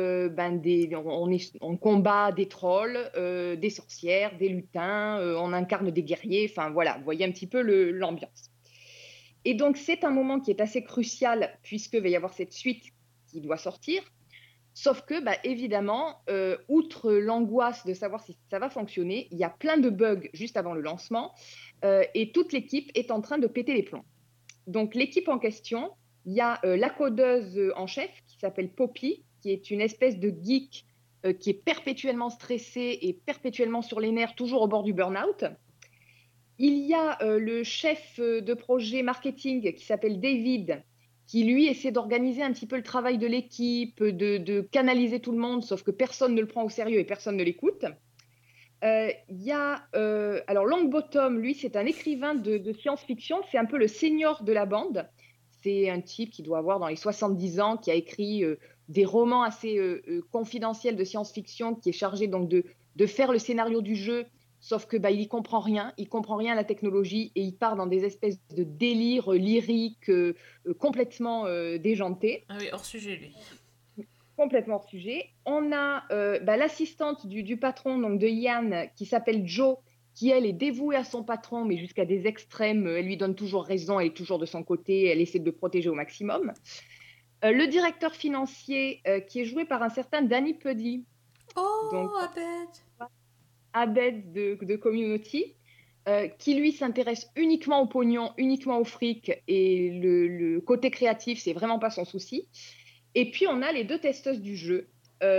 on combat des trolls, des sorcières, des lutins, on incarne des guerriers, enfin voilà, vous voyez un petit peu l'ambiance. Et donc c'est un moment qui est assez crucial puisqu'il va y avoir cette suite qui doit sortir, sauf que évidemment, outre l'angoisse de savoir si ça va fonctionner, il y a plein de bugs juste avant le lancement et toute l'équipe est en train de péter les plombs. Donc, l'équipe en question, il y a la codeuse en chef qui s'appelle Poppy, qui est une espèce de geek qui est perpétuellement stressée et perpétuellement sur les nerfs, toujours au bord du burn-out. Il y a le chef de projet marketing qui s'appelle David, qui lui essaie d'organiser un petit peu le travail de l'équipe, de canaliser tout le monde, sauf que personne ne le prend au sérieux et personne ne l'écoute. Il y a alors Longbottom, lui, c'est un écrivain de science-fiction, c'est un peu le senior de la bande. C'est un type qui doit avoir dans les 70 ans, qui a écrit des romans assez confidentiels de science-fiction, qui est chargé donc de faire le scénario du jeu, sauf que il y comprend rien à la technologie et il part dans des espèces de délires lyriques complètement déjantés. Ah oui, hors sujet, lui. Complètement hors sujet. On a l'assistante du patron, donc de Ian, qui s'appelle Jo, qui, elle, est dévouée à son patron, mais jusqu'à des extrêmes. Elle lui donne toujours raison, elle est toujours de son côté, elle essaie de le protéger au maximum. Le directeur financier, qui est joué par un certain Danny Puddy. Oh, donc, Abed de Community, qui, lui, s'intéresse uniquement au pognon, uniquement au fric, et le côté créatif, c'est vraiment pas son souci. Et puis, on a les deux testeuses du jeu,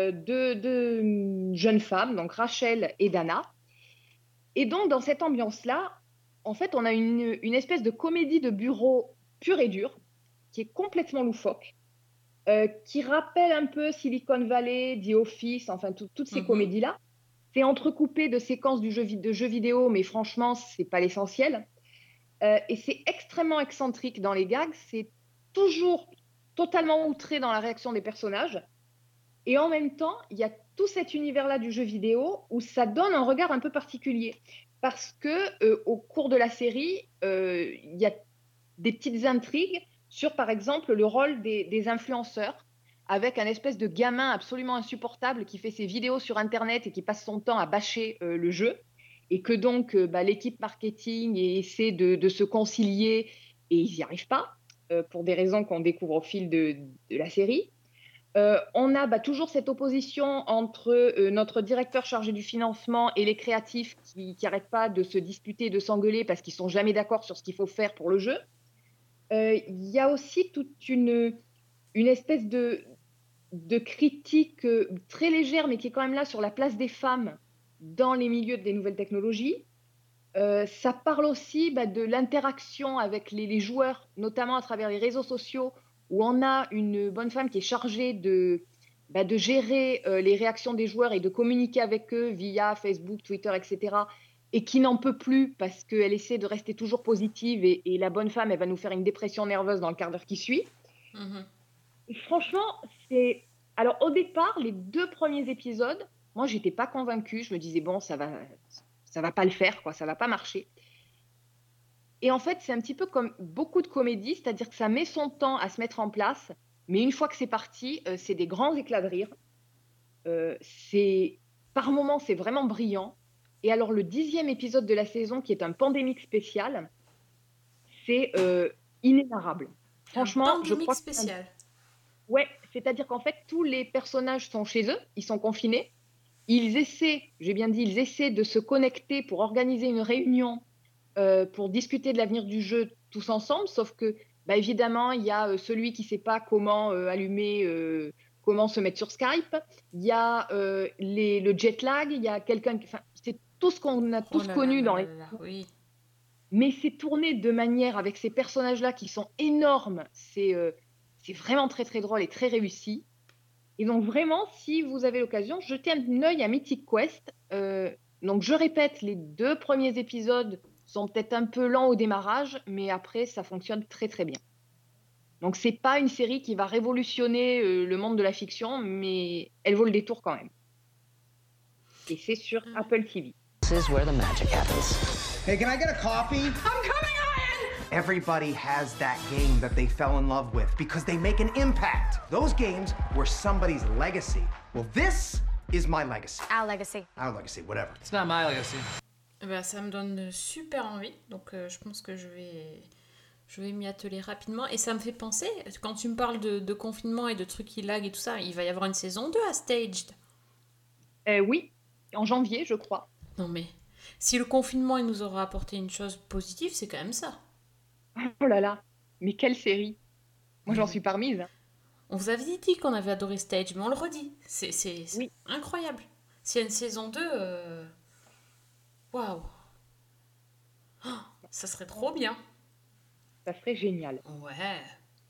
deux jeunes femmes, donc Rachel et Dana. Et donc, dans cette ambiance-là, en fait, on a une espèce de comédie de bureau pure et dure, qui est complètement loufoque, qui rappelle un peu Silicon Valley, The Office, enfin, toutes ces comédies-là. C'est entrecoupé de séquences de jeux vidéo, mais franchement, c'est pas l'essentiel. Et c'est extrêmement excentrique dans les gags. C'est toujours totalement outré dans la réaction des personnages. Et en même temps, il y a tout cet univers-là du jeu vidéo où ça donne un regard un peu particulier. Parce que au cours de la série, il y a des petites intrigues sur, par exemple, le rôle des influenceurs, avec un espèce de gamin absolument insupportable qui fait ses vidéos sur Internet et qui passe son temps à bâcher le jeu. Et que donc, l'équipe marketing essaie de se concilier et ils n'y arrivent pas. Pour des raisons qu'on découvre au fil de la série. On a toujours cette opposition entre notre directeur chargé du financement et les créatifs qui n'arrêtent pas de se disputer et de s'engueuler parce qu'ils ne sont jamais d'accord sur ce qu'il faut faire pour le jeu. Il y a aussi toute une espèce de critique très légère, mais qui est quand même là sur la place des femmes dans les milieux des nouvelles technologies. Ça parle aussi de l'interaction avec les joueurs, notamment à travers les réseaux sociaux, où on a une bonne femme qui est chargée de gérer les réactions des joueurs et de communiquer avec eux via Facebook, Twitter, etc. Et qui n'en peut plus parce qu'elle essaie de rester toujours positive et la bonne femme, elle va nous faire une dépression nerveuse dans le quart d'heure qui suit. Et franchement, c'est... Alors au départ, les 2 premiers épisodes, moi, j'étais pas convaincue. Je me disais, bon, ça va pas le faire, quoi, ça va pas marcher. Et en fait, c'est un petit peu comme beaucoup de comédies, c'est-à-dire que ça met son temps à se mettre en place, mais une fois que c'est parti, c'est des grands éclats de rire. Par moments, c'est vraiment brillant. Et alors, le 10e épisode de la saison, qui est un pandémique spécial, c'est inénarrable. Franchement, je crois spécial. Ouais, c'est-à-dire qu'en fait, tous les personnages sont chez eux, ils sont confinés. ils essaient, j'ai bien dit, ils essaient de se connecter pour organiser une réunion pour discuter de l'avenir du jeu tous ensemble, sauf que, bah, évidemment, il y a celui qui ne sait pas comment comment se mettre sur Skype, il y a le jet lag, il y a quelqu'un, enfin, c'est tout ce qu'on a tous connu dans les... Oui. Mais c'est tourné de manière, avec ces personnages-là qui sont énormes, c'est vraiment très très drôle et très réussi. Et donc vraiment, si vous avez l'occasion, jetez un œil à Mythic Quest. Donc je répète, les 2 premiers épisodes sont peut-être un peu lents au démarrage, mais après, ça fonctionne très très bien. Donc c'est pas une série qui va révolutionner le monde de la fiction, mais elle vaut le détour quand même. Et c'est sur Apple TV. This is where the magic happens. Hey, can I get a coffee? I'm coming, Ian! Everybody has that game that they fell in love with because they make an impact. Those games were somebody's legacy. Well, this is my legacy. Our legacy. Our legacy, whatever. It's not my legacy. Bah, ça me donne super envie, donc je pense que je vais m'y atteler rapidement. Et ça me fait penser, quand tu me parles de confinement et de trucs qui lag et tout ça, il va y avoir une saison 2 à Staged. Oui, en janvier, je crois. Non mais, si le confinement il nous aura apporté une chose positive, c'est quand même ça. Oh là là, mais quelle série! Moi, j'en suis parmise. On vous avait dit qu'on avait adoré Stage, mais on le redit. C'est oui. Incroyable. S'il y a une saison 2, waouh! Oh, ça serait trop bien. Ça serait génial. Ouais.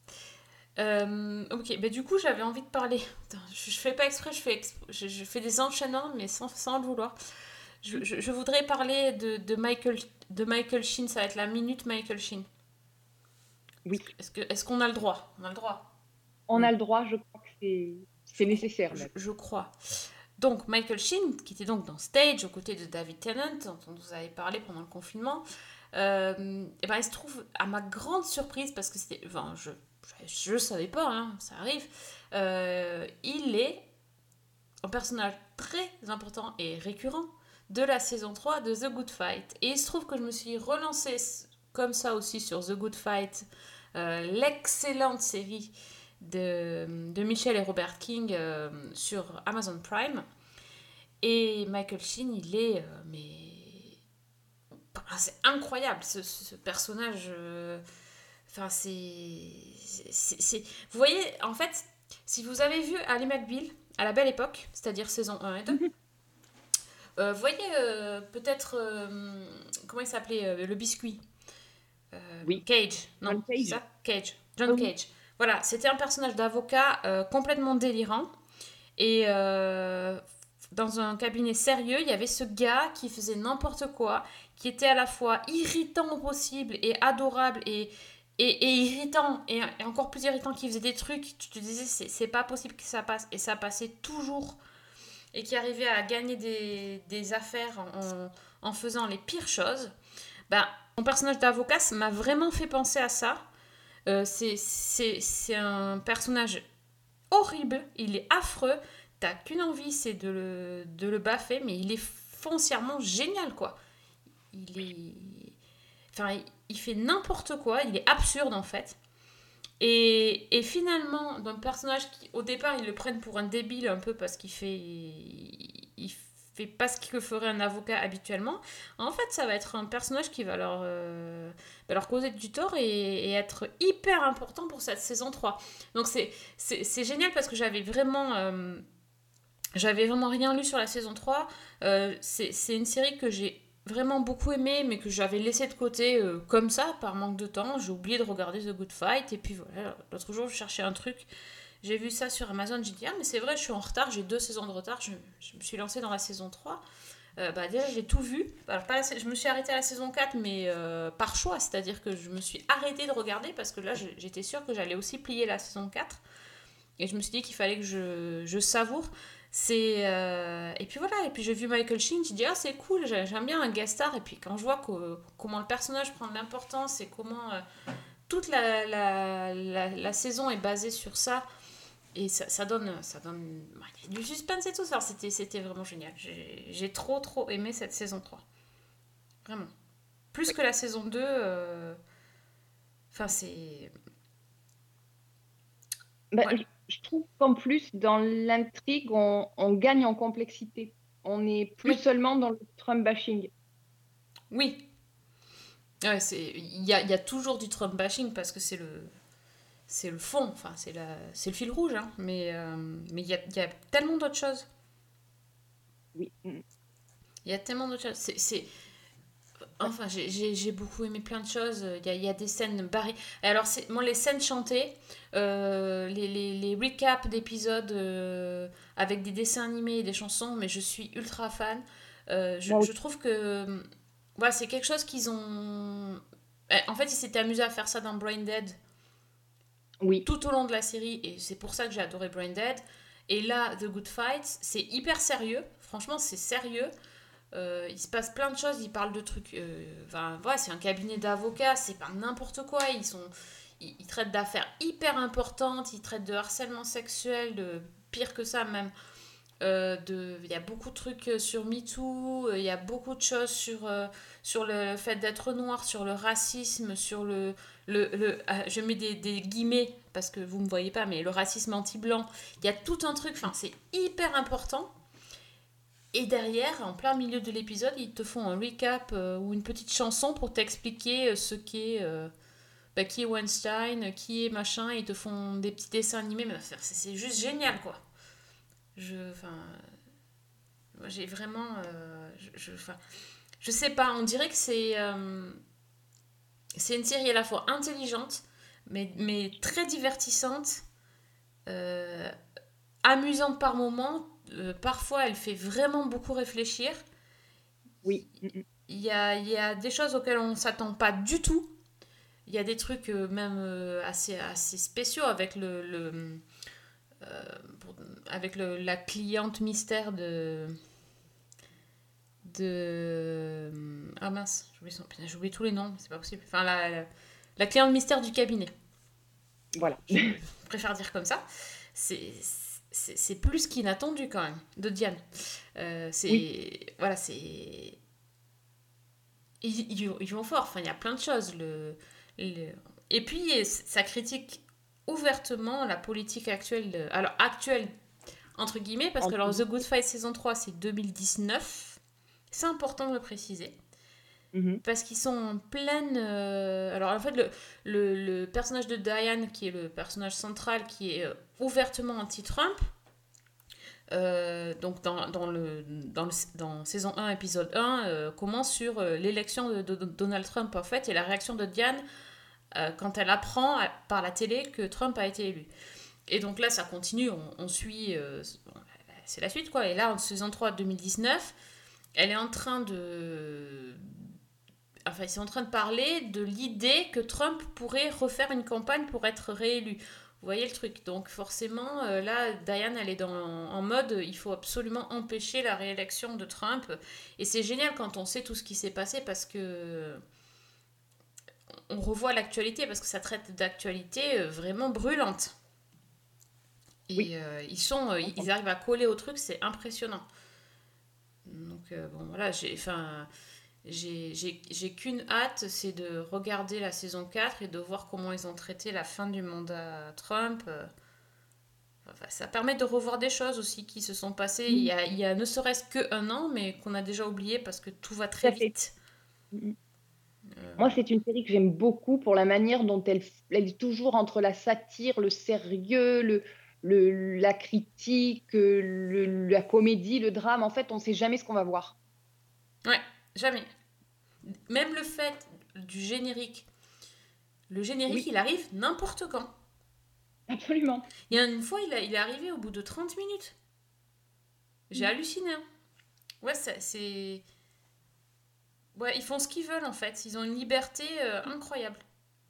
Ok, bah du coup, j'avais envie de parler. Attends, je fais pas exprès, je fais des enchaînements, mais sans le vouloir. Je voudrais parler de Michael Sheen. Ça va être la minute Michael Sheen. Oui. Est-ce qu'on a le droit? On a le droit. On a le droit, je crois que c'est nécessaire. Je crois. Donc, Michael Sheen, qui était donc dans Stage, aux côtés de David Tennant, dont on vous avait parlé pendant le confinement, et ben, il se trouve, à ma grande surprise, parce que c'était... Enfin, je savais pas, hein, ça arrive, il est un personnage très important et récurrent de la saison 3 de The Good Fight. Et il se trouve que je me suis relancée comme ça aussi sur The Good Fight, l'excellente série de Michel et Robert King sur Amazon Prime. Et Michael Sheen, il est... c'est incroyable, ce personnage... Enfin, c'est... Vous voyez, en fait, si vous avez vu Ally McBeal à la belle époque, c'est-à-dire saison 1 et 2, vous voyez peut-être... comment il s'appelait le biscuit oui. Cage. Non, John Cage. Ça Cage. John Cage. Voilà, c'était un personnage d'avocat complètement délirant. Et dans un cabinet sérieux, il y avait ce gars qui faisait n'importe quoi, qui était à la fois irritant au possible et adorable et irritant, et encore plus irritant, qui faisait des trucs, tu te disais, c'est pas possible que ça passe. Et ça passait toujours. Et qui arrivait à gagner des affaires en faisant les pires choses. Ben, mon personnage d'avocat, ça m'a vraiment fait penser à ça. C'est un personnage horrible, il est affreux, t'as qu'une envie, c'est de le baffer, mais il est foncièrement génial, quoi. Il fait n'importe quoi, il est absurde, en fait. Et finalement, d'un personnage qui, au départ, ils le prennent pour un débile, un peu, parce qu'il fait pas ce que ferait un avocat habituellement. En fait, ça va être un personnage qui va leur causer du tort et être hyper important pour cette saison 3. Donc c'est génial parce que j'avais vraiment rien lu sur la saison 3. C'est une série que j'ai vraiment beaucoup aimée, mais que j'avais laissée de côté comme ça, par manque de temps. J'ai oublié de regarder The Good Fight, et puis voilà, l'autre jour, je cherchais un truc. J'ai vu ça sur Amazon, j'ai dit « Ah, mais c'est vrai, je suis en retard, j'ai 2 saisons de retard. » Je me suis lancée dans la saison 3. Déjà, j'ai tout vu. Alors, je me suis arrêtée à la saison 4, mais par choix. C'est-à-dire que je me suis arrêtée de regarder parce que là, j'étais sûre que j'allais aussi plier la saison 4. Et je me suis dit qu'il fallait que je savoure. Et puis voilà, et puis j'ai vu Michael Sheen, j'ai dit « Ah, c'est cool, j'aime bien un guest star. » Et puis quand je vois comment le personnage prend de l'importance et comment toute la saison est basée sur ça, et ça donne du suspense et tout ça. C'était vraiment génial. J'ai trop aimé cette saison 3. Vraiment. Plus que la saison 2. Enfin, c'est... Ouais. Je trouve qu'en plus, dans l'intrigue, on gagne en complexité. On n'est plus seulement dans le Trump bashing. Oui. Ouais, il y a toujours du Trump bashing parce que c'est le fond, enfin c'est le fil rouge, hein. Mais il y a tellement d'autres choses. Oui. Il y a tellement d'autres choses. Enfin, j'ai beaucoup aimé plein de choses. Il y a des scènes barrées. Alors, moi, les scènes chantées, les recaps d'épisodes avec des dessins animés et des chansons, mais je suis ultra fan. Je trouve que voilà, c'est quelque chose qu'ils ont... En fait, ils s'étaient amusés à faire ça dans Brain Dead tout au long de la série, et c'est pour ça que j'ai adoré Brain Dead. Et là, The Good Fight, c'est hyper sérieux. Franchement, c'est sérieux. Il se passe plein de choses, ils parlent de trucs. C'est un cabinet d'avocats, c'est pas n'importe quoi. Ils traitent d'affaires hyper importantes, ils traitent de harcèlement sexuel, de pire que ça même. Il y a beaucoup de trucs sur MeToo, il y a beaucoup de choses sur le fait d'être noir, sur le racisme, sur je mets des guillemets parce que vous me voyez pas, mais le racisme anti-blanc. Il y a tout un truc, c'est hyper important. Et derrière, en plein milieu de l'épisode, ils te font un recap ou une petite chanson pour t'expliquer ce qu'est qui est Weinstein, qui est machin. Ils te font des petits dessins animés, mais c'est juste génial, quoi. Moi, j'ai vraiment... je sais pas, on dirait que c'est une série à la fois intelligente, mais très divertissante, amusante par moments. Parfois, elle fait vraiment beaucoup réfléchir. Oui. Il y a des choses auxquelles on ne s'attend pas du tout. Il y a des trucs même assez spéciaux avec la cliente mystère de... Ah mince, j'oublie tous les noms, c'est pas possible. Enfin, la cliente mystère du cabinet. Voilà. Je préfère dire comme ça. C'est plus qu'inattendu quand même, de Diane. Voilà, c'est... Ils vont fort, enfin, il y a plein de choses. Et puis, ça critique ouvertement la politique actuelle. Alors, actuelle, entre guillemets, parce que alors, The Good Fight saison 3, c'est 2019. C'est important de le préciser. Parce qu'ils sont en pleine... Alors, en fait, le personnage de Diane, qui est le personnage central, qui est ouvertement anti-Trump, donc dans saison 1, épisode 1, commence sur l'élection de Donald Trump, en fait, et la réaction de Diane quand elle apprend par la télé que Trump a été élu. Et donc là, ça continue, on suit... c'est la suite, quoi. Et là, en saison 3, 2019, elle est en train de... Enfin, ils sont en train de parler de l'idée que Trump pourrait refaire une campagne pour être réélu. Vous voyez le truc. Donc forcément, là, Diane, elle est en mode, il faut absolument empêcher la réélection de Trump. Et c'est génial quand on sait tout ce qui s'est passé parce que on revoit l'actualité, parce que ça traite d'actualité vraiment brûlante. Et ils arrivent à coller au truc, c'est impressionnant. Donc bon, voilà, j'ai qu'une hâte, c'est de regarder la saison 4 et de voir comment ils ont traité la fin du mandat Trump. Ça permet de revoir des choses aussi qui se sont passées il y a ne serait-ce qu'un an, mais qu'on a déjà oublié parce que tout va très vite. Moi, c'est une série que j'aime beaucoup pour la manière dont elle est toujours entre la satire, le sérieux, la critique, la comédie, le drame. En fait, on ne sait jamais ce qu'on va voir. Ouais, jamais. Même le fait du générique. Le générique, il arrive n'importe quand. Absolument. Il y a une fois, il est arrivé au bout de 30 minutes. J'ai halluciné. Ouais, c'est... Ouais, ils font ce qu'ils veulent, en fait. Ils ont une liberté incroyable.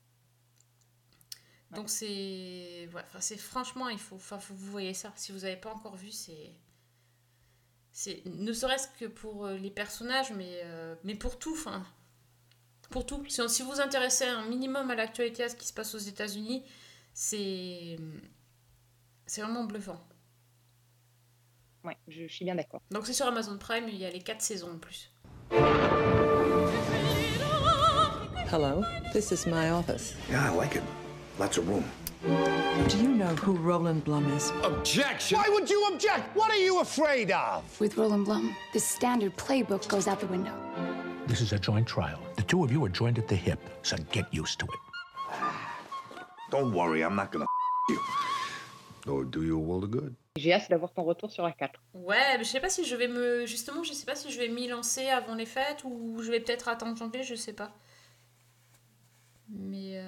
Donc, c'est... Ouais, c'est franchement, il faut... Enfin, vous voyez ça. Si vous n'avez pas encore vu, c'est... Ne serait-ce que pour les personnages, mais pour tout. Enfin, pour tout. Si vous vous intéressez un minimum à l'actualité, à ce qui se passe aux États-Unis, c'est vraiment bluffant. Ouais, je suis bien d'accord. Donc c'est sur Amazon Prime, il y a les 4 saisons en plus. Hello, this is my office. Yeah, I like it. Lots of room. Do you know who Roland Blum is? Objection! Why would you object? What are you afraid of? With Roland Blum, the standard playbook goes out the window. This is a joint trial. The two of you are joined at the hip, so get used to it. Don't worry, I'm not gonna you. Or do you a world of good. J'ai hâte d'avoir ton retour sur la 4. Ouais, mais je sais pas si je vais Justement, je sais pas si je vais m'y lancer avant les fêtes ou je vais peut-être attendre janvier, je sais pas. Mais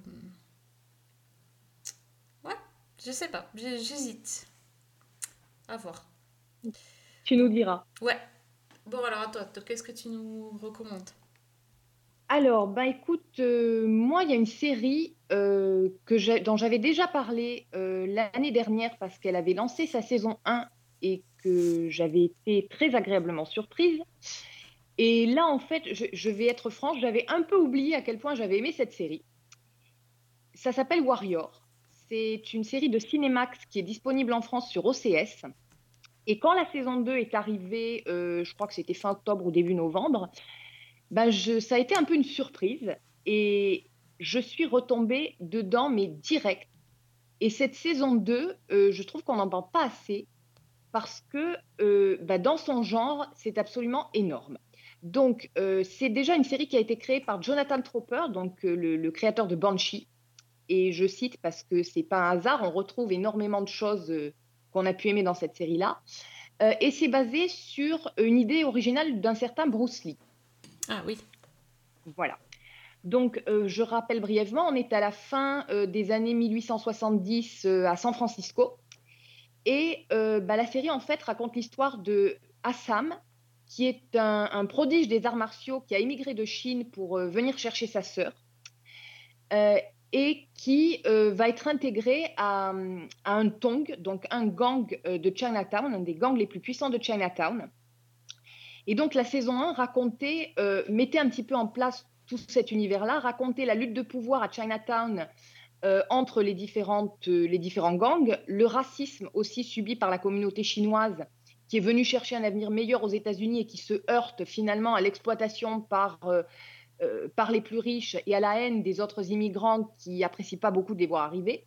ouais, je sais pas, j'hésite. À voir. Tu nous diras. Ouais. Bon, alors à toi, qu'est-ce que tu nous recommandes? Alors, écoute, moi, il y a une série dont j'avais déjà parlé l'année dernière parce qu'elle avait lancé sa saison 1 et que j'avais été très agréablement surprise. Et là, en fait, je vais être franche, j'avais un peu oublié à quel point j'avais aimé cette série. Ça s'appelle Warrior. C'est une série de Cinemax qui est disponible en France sur OCS. Et quand la saison 2 est arrivée, je crois que c'était fin octobre ou début novembre, ça a été un peu une surprise et je suis retombée dedans, mais direct. Et cette saison 2, je trouve qu'on n'en parle pas assez parce que dans son genre, c'est absolument énorme. Donc, c'est déjà une série qui a été créée par Jonathan Tropper, donc le créateur de Banshee. Et je cite parce que c'est pas un hasard, on retrouve énormément de choses qu'on a pu aimer dans cette série-là. Et c'est basé sur une idée originale d'un certain Bruce Lee. Ah oui. Voilà. Donc, je rappelle brièvement, on est à la fin des années 1870 à San Francisco. Et la série, en fait, raconte l'histoire de Assam, qui est un prodige des arts martiaux qui a émigré de Chine pour venir chercher sa sœur et qui va être intégré à un Tong, donc un gang de Chinatown, un des gangs les plus puissants de Chinatown. Et donc, la saison 1 mettait un petit peu en place tout cet univers-là, racontait la lutte de pouvoir à Chinatown entre les différents gangs, le racisme aussi subi par la communauté chinoise qui est venue chercher un avenir meilleur aux États-Unis et qui se heurte finalement à l'exploitation par les plus riches et à la haine des autres immigrants qui n'apprécient pas beaucoup de les voir arriver.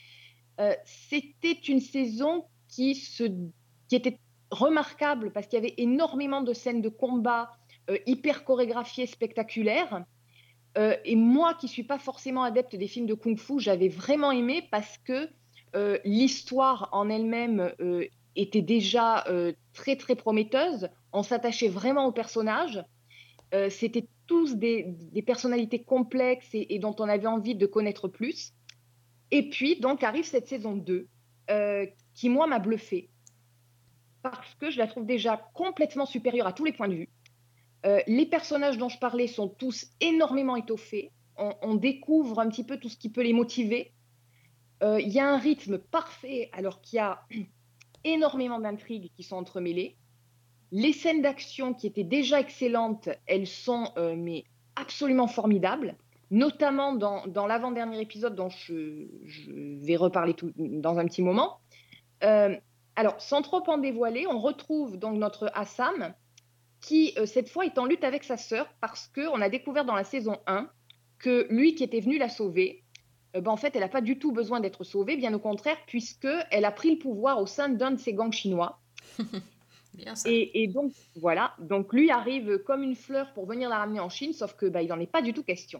C'était une saison qui était remarquable parce qu'il y avait énormément de scènes de combat hyper chorégraphiées, spectaculaires. Et moi, qui ne suis pas forcément adepte des films de kung-fu, j'avais vraiment aimé parce que l'histoire en elle-même était déjà très, très prometteuse. On s'attachait vraiment aux personnages. C'était tous des personnalités complexes et dont on avait envie de connaître plus. Et puis, donc, arrive cette saison 2 qui, moi, m'a bluffée parce que je la trouve déjà complètement supérieure à tous les points de vue. Les personnages dont je parlais sont tous énormément étoffés. On découvre un petit peu tout ce qui peut les motiver. Il y a un rythme parfait alors qu'il y a énormément d'intrigues qui sont entremêlées. Les scènes d'action qui étaient déjà excellentes, elles sont mais absolument formidables, notamment dans l'avant-dernier épisode dont je vais reparler dans un petit moment. Alors, sans trop en dévoiler, on retrouve donc notre Assam qui, cette fois, est en lutte avec sa sœur parce qu'on a découvert dans la saison 1 que lui qui était venu la sauver, en fait, elle n'a pas du tout besoin d'être sauvée, bien au contraire, puisqu'elle a pris le pouvoir au sein d'un de ces gangs chinois. Bien ça. Et donc, voilà. Donc, lui arrive comme une fleur pour venir la ramener en Chine, sauf que il n'en est pas du tout question.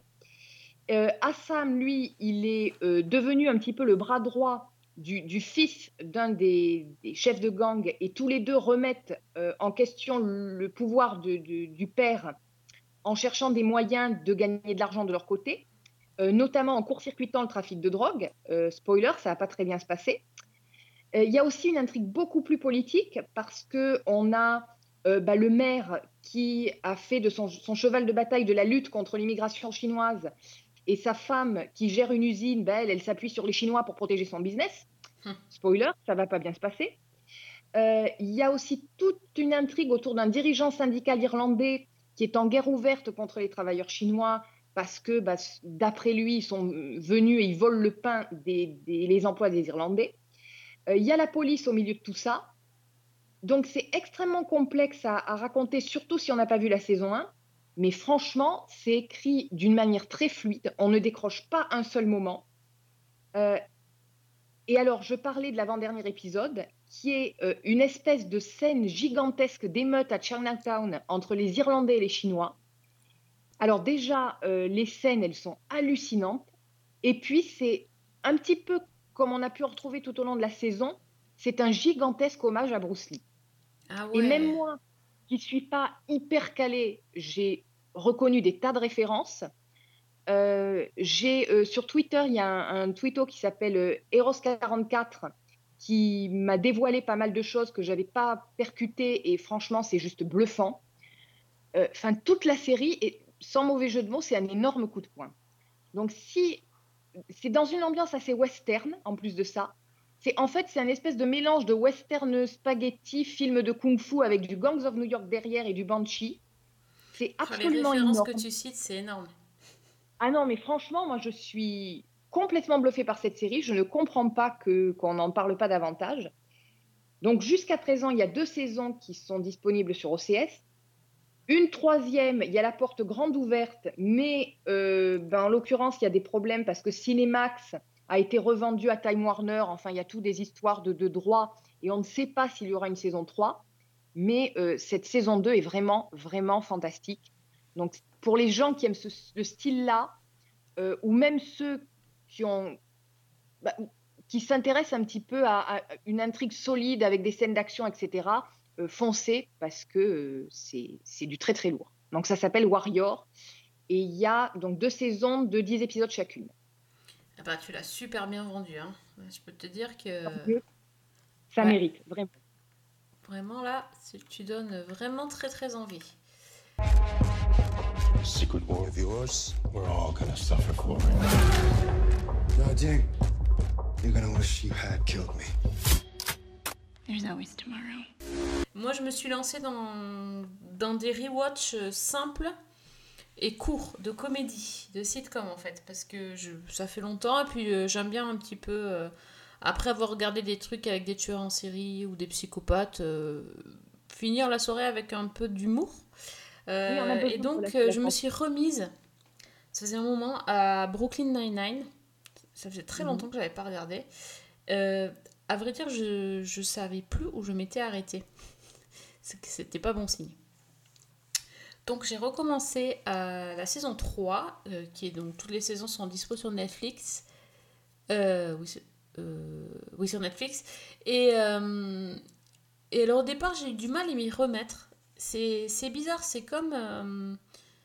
Assam, lui, il est devenu un petit peu le bras droit du fils d'un des chefs de gang, et tous les deux remettent en question le pouvoir du père en cherchant des moyens de gagner de l'argent de leur côté, notamment en court-circuitant le trafic de drogue. Spoiler, ça ne va pas très bien se passer. Il y a aussi une intrigue beaucoup plus politique parce qu'on a le maire qui a fait de son cheval de bataille de la lutte contre l'immigration chinoise, et sa femme qui gère une usine, elle s'appuie sur les Chinois pour protéger son business. Spoiler, ça ne va pas bien se passer. Il y a aussi toute une intrigue autour d'un dirigeant syndical irlandais qui est en guerre ouverte contre les travailleurs chinois parce que, d'après lui, ils sont venus et ils volent le pain les emplois des Irlandais. Il y a la police au milieu de tout ça. Donc, c'est extrêmement complexe à raconter, surtout si on n'a pas vu la saison 1. Mais franchement, c'est écrit d'une manière très fluide. On ne décroche pas un seul moment. Et alors, je parlais de l'avant-dernier épisode, qui est une espèce de scène gigantesque d'émeute à Chinatown entre les Irlandais et les Chinois. Alors déjà, les scènes, elles sont hallucinantes. Et puis, c'est un petit peu comme on a pu en retrouver tout au long de la saison, c'est un gigantesque hommage à Bruce Lee. Ah ouais. Et même moi, qui ne suis pas hyper calée, j'ai reconnu des tas de références. Sur Twitter, il y a un twitto qui s'appelle Eros44 qui m'a dévoilé pas mal de choses que je n'avais pas percutées et franchement, c'est juste bluffant. Enfin, toute la série, et sans mauvais jeu de mots, c'est un énorme coup de poing. Donc, si c'est dans une ambiance assez western, en plus de ça, c'est un espèce de mélange de western spaghetti, film de kung-fu avec du Gangs of New York derrière et du Banshee. C'est absolument les références énorme. que tu cites, c'est énorme. Ah non, mais franchement, moi, je suis complètement bluffée par cette série. Je ne comprends pas qu'on n'en parle pas davantage. Donc, jusqu'à présent, il y a 2 saisons qui sont disponibles sur OCS. Une 3e, il y a la porte grande ouverte, mais en l'occurrence, il y a des problèmes parce que Cinemax a été revendu à Time Warner. Enfin, il y a toutes des histoires de droits et on ne sait pas s'il y aura une saison 3. Mais cette saison 2 est vraiment, vraiment fantastique. Donc, pour les gens qui aiment ce style-là, ou même ceux qui s'intéressent un petit peu à une intrigue solide avec des scènes d'action, etc., foncez parce que c'est du très, très lourd. Donc, ça s'appelle Warrior. Et il y a donc 2 saisons de 10 épisodes chacune. Ah bah, tu l'as super bien vendu. Hein. Je peux te dire que... Ça mérite, vraiment. Vraiment, là, tu donnes vraiment très, très envie. Secret war of yours, we're all gonna suffer for it. No, Jing, you're gonna wish you had killed me. There's always tomorrow. Moi, je me suis lancée dans des rewatch simples et courts, de comédie, de sitcom en fait, parce que ça fait longtemps et puis j'aime bien un petit peu... après avoir regardé des trucs avec des tueurs en série ou des psychopathes, finir la soirée avec un peu d'humour. Et donc, je me suis remise, ça faisait un moment, à Brooklyn Nine-Nine. Ça faisait très longtemps que je n'avais pas regardé. À vrai dire, je ne savais plus où je m'étais arrêtée. C'était pas bon signe. Donc, j'ai recommencé à la saison 3, qui est donc toutes les saisons sont dispo sur Netflix. Oui, sur Netflix. Et alors, au départ, j'ai eu du mal à m'y remettre. C'est bizarre, c'est comme...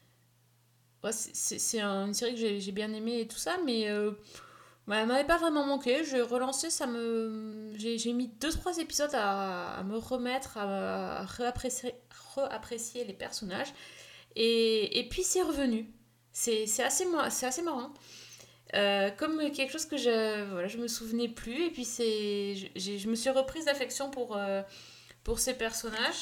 c'est une série que j'ai bien aimée et tout ça, mais elle m'avait pas vraiment manqué. J'ai relancé, j'ai mis 2-3 épisodes à me remettre, à réapprécier les personnages. Et puis c'est revenu. C'est assez marrant. Comme quelque chose que je me souvenais plus, et puis je me suis reprise d'affection pour ces personnages,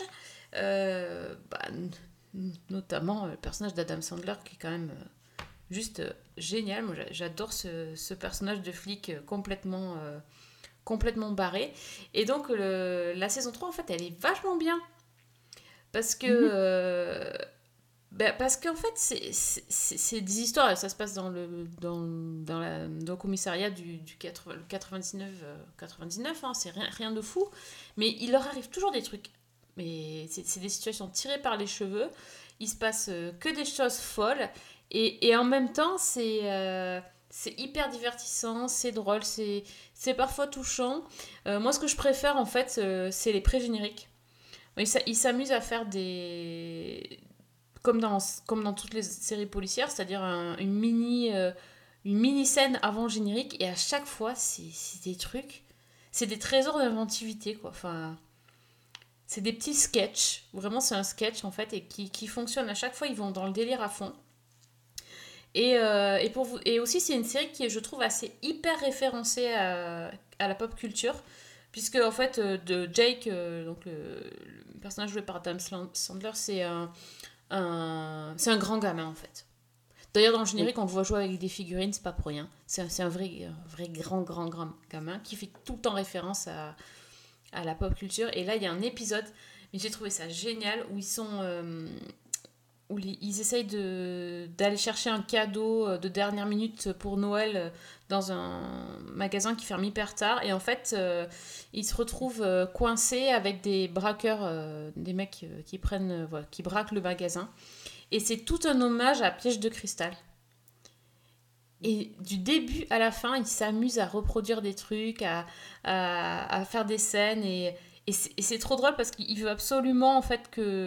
notamment le personnage d'Adam Sandler qui est quand même juste génial. Moi j'adore ce personnage de flic complètement barré, et donc la saison 3 en fait elle est vachement bien parce que parce qu'en fait, c'est des histoires, ça se passe dans le commissariat du 99, hein, c'est rien de fou, mais il leur arrive toujours des trucs. Mais c'est des situations tirées par les cheveux, il se passe que des choses folles, et en même temps, c'est hyper divertissant, c'est drôle, c'est parfois touchant. Moi, ce que je préfère, en fait, c'est les pré-génériques. Ils s'amusent à faire des... Comme dans toutes les séries policières, c'est-à-dire une mini scène avant le générique, et à chaque fois c'est des trucs, c'est des trésors d'inventivité quoi. Enfin, c'est des petits sketchs, vraiment c'est un sketch en fait, et qui fonctionne à chaque fois, ils vont dans le délire à fond. Et aussi c'est une série qui est, je trouve, assez hyper référencée à la pop culture, puisque en fait de Jake, donc le personnage joué par Adam Sandler, c'est un grand gamin en fait. D'ailleurs dans le générique on le voit jouer avec des figurines, c'est pas pour rien. C'est un vrai grand gamin qui fait tout le temps référence à la pop culture. Et là il y a un épisode, mais j'ai trouvé ça génial, où ils sont où ils essayent d'aller chercher un cadeau de dernière minute pour Noël dans un magasin qui ferme hyper tard. Et en fait, ils se retrouvent coincés avec des braqueurs, des mecs qui braquent le magasin. Et c'est tout un hommage à Piège de cristal. Et du début à la fin, ils s'amusent à reproduire des trucs, à faire des scènes. Et c'est trop drôle parce qu'il veut absolument en fait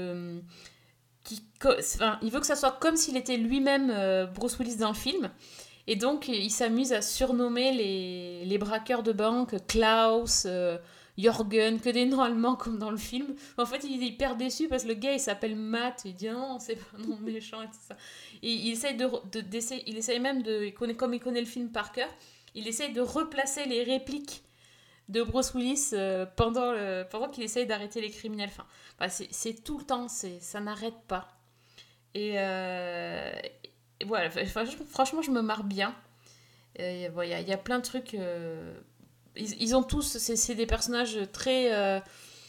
il veut que ça soit comme s'il était lui-même Bruce Willis dans le film. Et donc, il s'amuse à surnommer les braqueurs de banque Klaus, Jürgen, que des noms allemands comme dans le film. En fait, il est hyper déçu parce que le gars, il s'appelle Matt. Il dit non, c'est pas un nom méchant et tout ça. Et il essaye il essaye même comme il connaît le film par cœur, il essaye de replacer les répliques de Bruce Willis pendant qu'il essaye d'arrêter les criminels. Enfin, c'est tout le temps, ça n'arrête pas. Et voilà, franchement, je me marre bien. Il y a plein de trucs. Ils ont tous, c'est des personnages très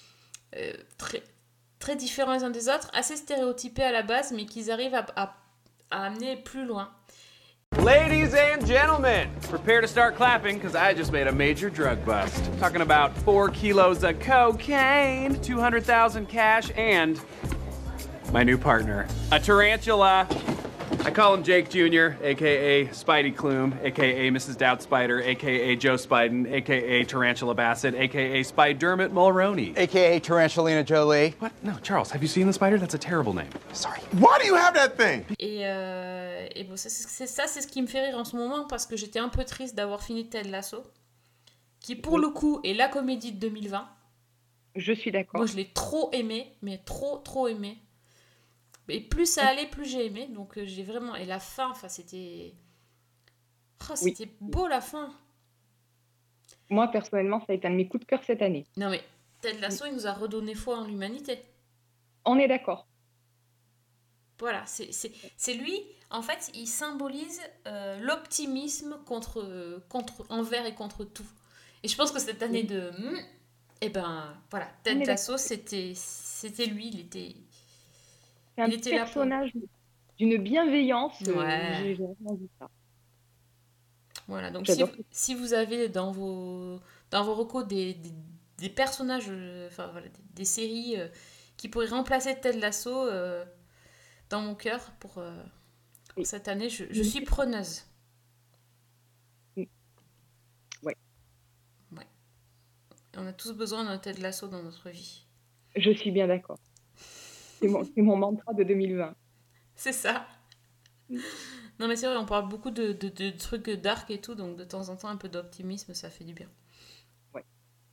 différents les uns des autres, assez stéréotypés à la base, mais qu'ils arrivent à amener plus loin. Ladies and gentlemen, prepare to start clapping because I just made a major drug bust. Talking about 4 kilos of cocaine, 200,000 cash, and my new partner, a tarantula. I call him Jake Jr., a.k.a. Spidey Klume, a.k.a. Mrs. Doubtspider, a.k.a. Joe Spiden, a.k.a. Tarantula Bassett, a.k.a. Spidermot Mulroney. A.k.a. Tarantulanina Jolie. What? No, Charles, have you seen the spider? That's a terrible name. Sorry. Why do you have that thing? Et bon, c'est ce qui me fait rire en ce moment parce que j'étais un peu triste d'avoir fini Ted Lasso, qui pour le coup est la comédie de 2020. Je suis d'accord. Moi, je l'ai trop aimé, mais trop aimé. Et plus ça allait, plus j'ai aimé. Donc j'ai vraiment... Et la fin, enfin, c'était... Oh, c'était beau, la fin. Moi, personnellement, ça a été un de mes coups de cœur cette année. Non, mais Ted Lasso, il nous a redonné foi en l'humanité. On est d'accord. Voilà, c'est lui, en fait, il symbolise l'optimisme envers et contre tout. Et je pense que cette année voilà, Ted Lasso, c'était lui, il était... C'est un personnage d'une bienveillance. Ouais. J'ai vraiment vu ça. Voilà, donc si vous avez dans vos recos des personnages, des séries qui pourraient remplacer Ted Lasso dans mon cœur pour cette année, je suis preneuse. Ouais. On a tous besoin d'un Ted Lasso dans notre vie. Je suis bien d'accord. C'est mon mantra de 2020. C'est ça. Non, mais c'est vrai, on parle beaucoup de trucs dark et tout, donc de temps en temps, un peu d'optimisme, ça fait du bien. Ouais.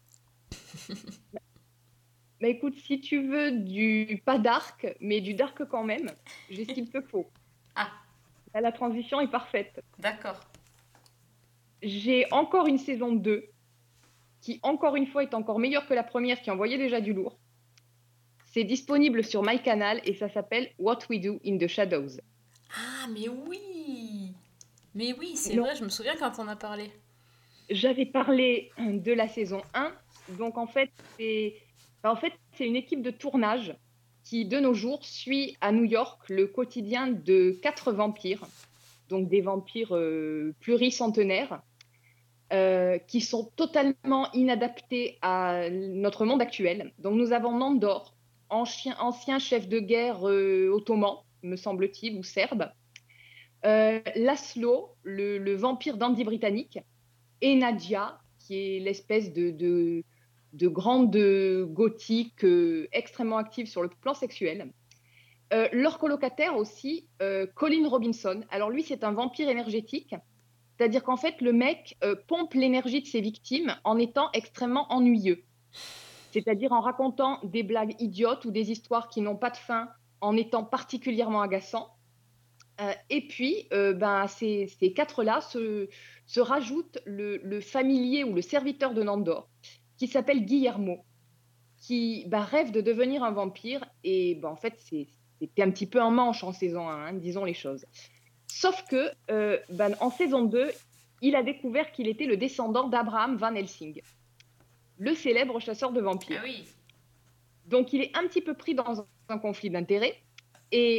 Mais écoute, si tu veux pas dark, mais du dark quand même, j'ai ce qu'il te faut. Ah. Là, la transition est parfaite. D'accord. J'ai encore une saison 2 qui, encore une fois, est encore meilleure que la première qui envoyait déjà du lourd. C'est disponible sur MyCanal et ça s'appelle What We Do in the Shadows. Ah, mais oui! Mais oui, c'est vrai, je me souviens quand on a parlé. J'avais parlé de la saison 1. Donc, en fait, c'est une équipe de tournage qui, de nos jours, suit à New York le quotidien de 4 vampires. Donc, des vampires pluricentenaires qui sont totalement inadaptés à notre monde actuel. Donc, nous avons Nandor, ancien chef de guerre ottoman, me semble-t-il, ou serbe. Laszlo, le vampire dandy britannique. Et Nadia, qui est l'espèce de grande gothique extrêmement active sur le plan sexuel. Leur colocataire aussi, Colin Robinson. Alors lui, c'est un vampire énergétique. C'est-à-dire qu'en fait, le mec pompe l'énergie de ses victimes en étant extrêmement ennuyeux. C'est-à-dire en racontant des blagues idiotes ou des histoires qui n'ont pas de fin, en étant particulièrement agaçants. Et puis, ces 4-là se rajoutent le familier ou le serviteur de Nandor, qui s'appelle Guillermo, qui rêve de devenir un vampire. Et en fait, c'était un petit peu un manche en saison 1, disons les choses. Sauf que, en saison 2, il a découvert qu'il était le descendant d'Abraham Van Helsing, le célèbre chasseur de vampires. Ah oui. Donc, il est un petit peu pris dans un conflit d'intérêts. Et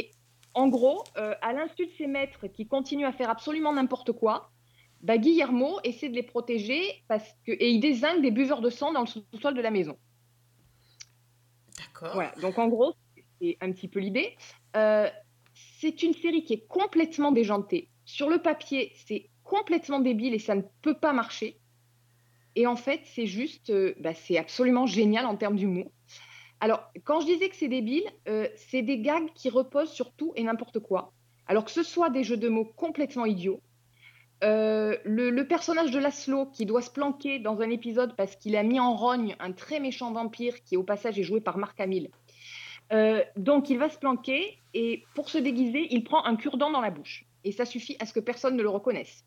En gros, à l'insu de ses maîtres qui continuent à faire absolument n'importe quoi, Guillermo essaie de les protéger et il désigne des buveurs de sang dans le sous-sol de la maison. D'accord. Voilà, donc en gros, c'est un petit peu l'idée. C'est une série qui est complètement déjantée. Sur le papier, c'est complètement débile et ça ne peut pas marcher. Et en fait, c'est juste, c'est absolument génial en termes d'humour. Alors, quand je disais que c'est débile, c'est des gags qui reposent sur tout et n'importe quoi. Alors que ce soit des jeux de mots complètement idiots, le personnage de Laszlo qui doit se planquer dans un épisode parce qu'il a mis en rogne un très méchant vampire qui, au passage, est joué par Mark Hamill. Donc, il va se planquer et pour se déguiser, il prend un cure-dent dans la bouche. Et ça suffit à ce que personne ne le reconnaisse.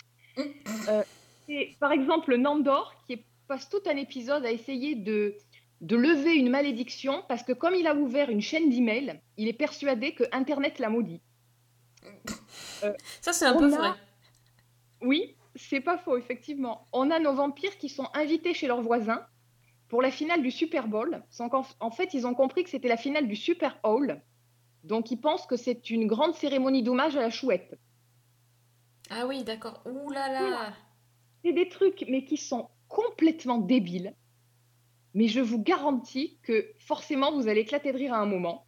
Et, par exemple, Nandor qui passe tout un épisode à essayer de lever une malédiction parce que comme il a ouvert une chaîne d'emails, il est persuadé que Internet l'a maudit. Ça, c'est un peu vrai. Oui, c'est pas faux, effectivement. On a nos vampires qui sont invités chez leurs voisins pour la finale du Super Bowl. En fait, ils ont compris que c'était la finale du Super Bowl. Donc, ils pensent que c'est une grande cérémonie d'hommage à la chouette. Ah oui, d'accord. Ouh là là. Voilà. C'est des trucs, mais qui sont complètement débiles. Mais je vous garantis que forcément, vous allez éclater de rire à un moment.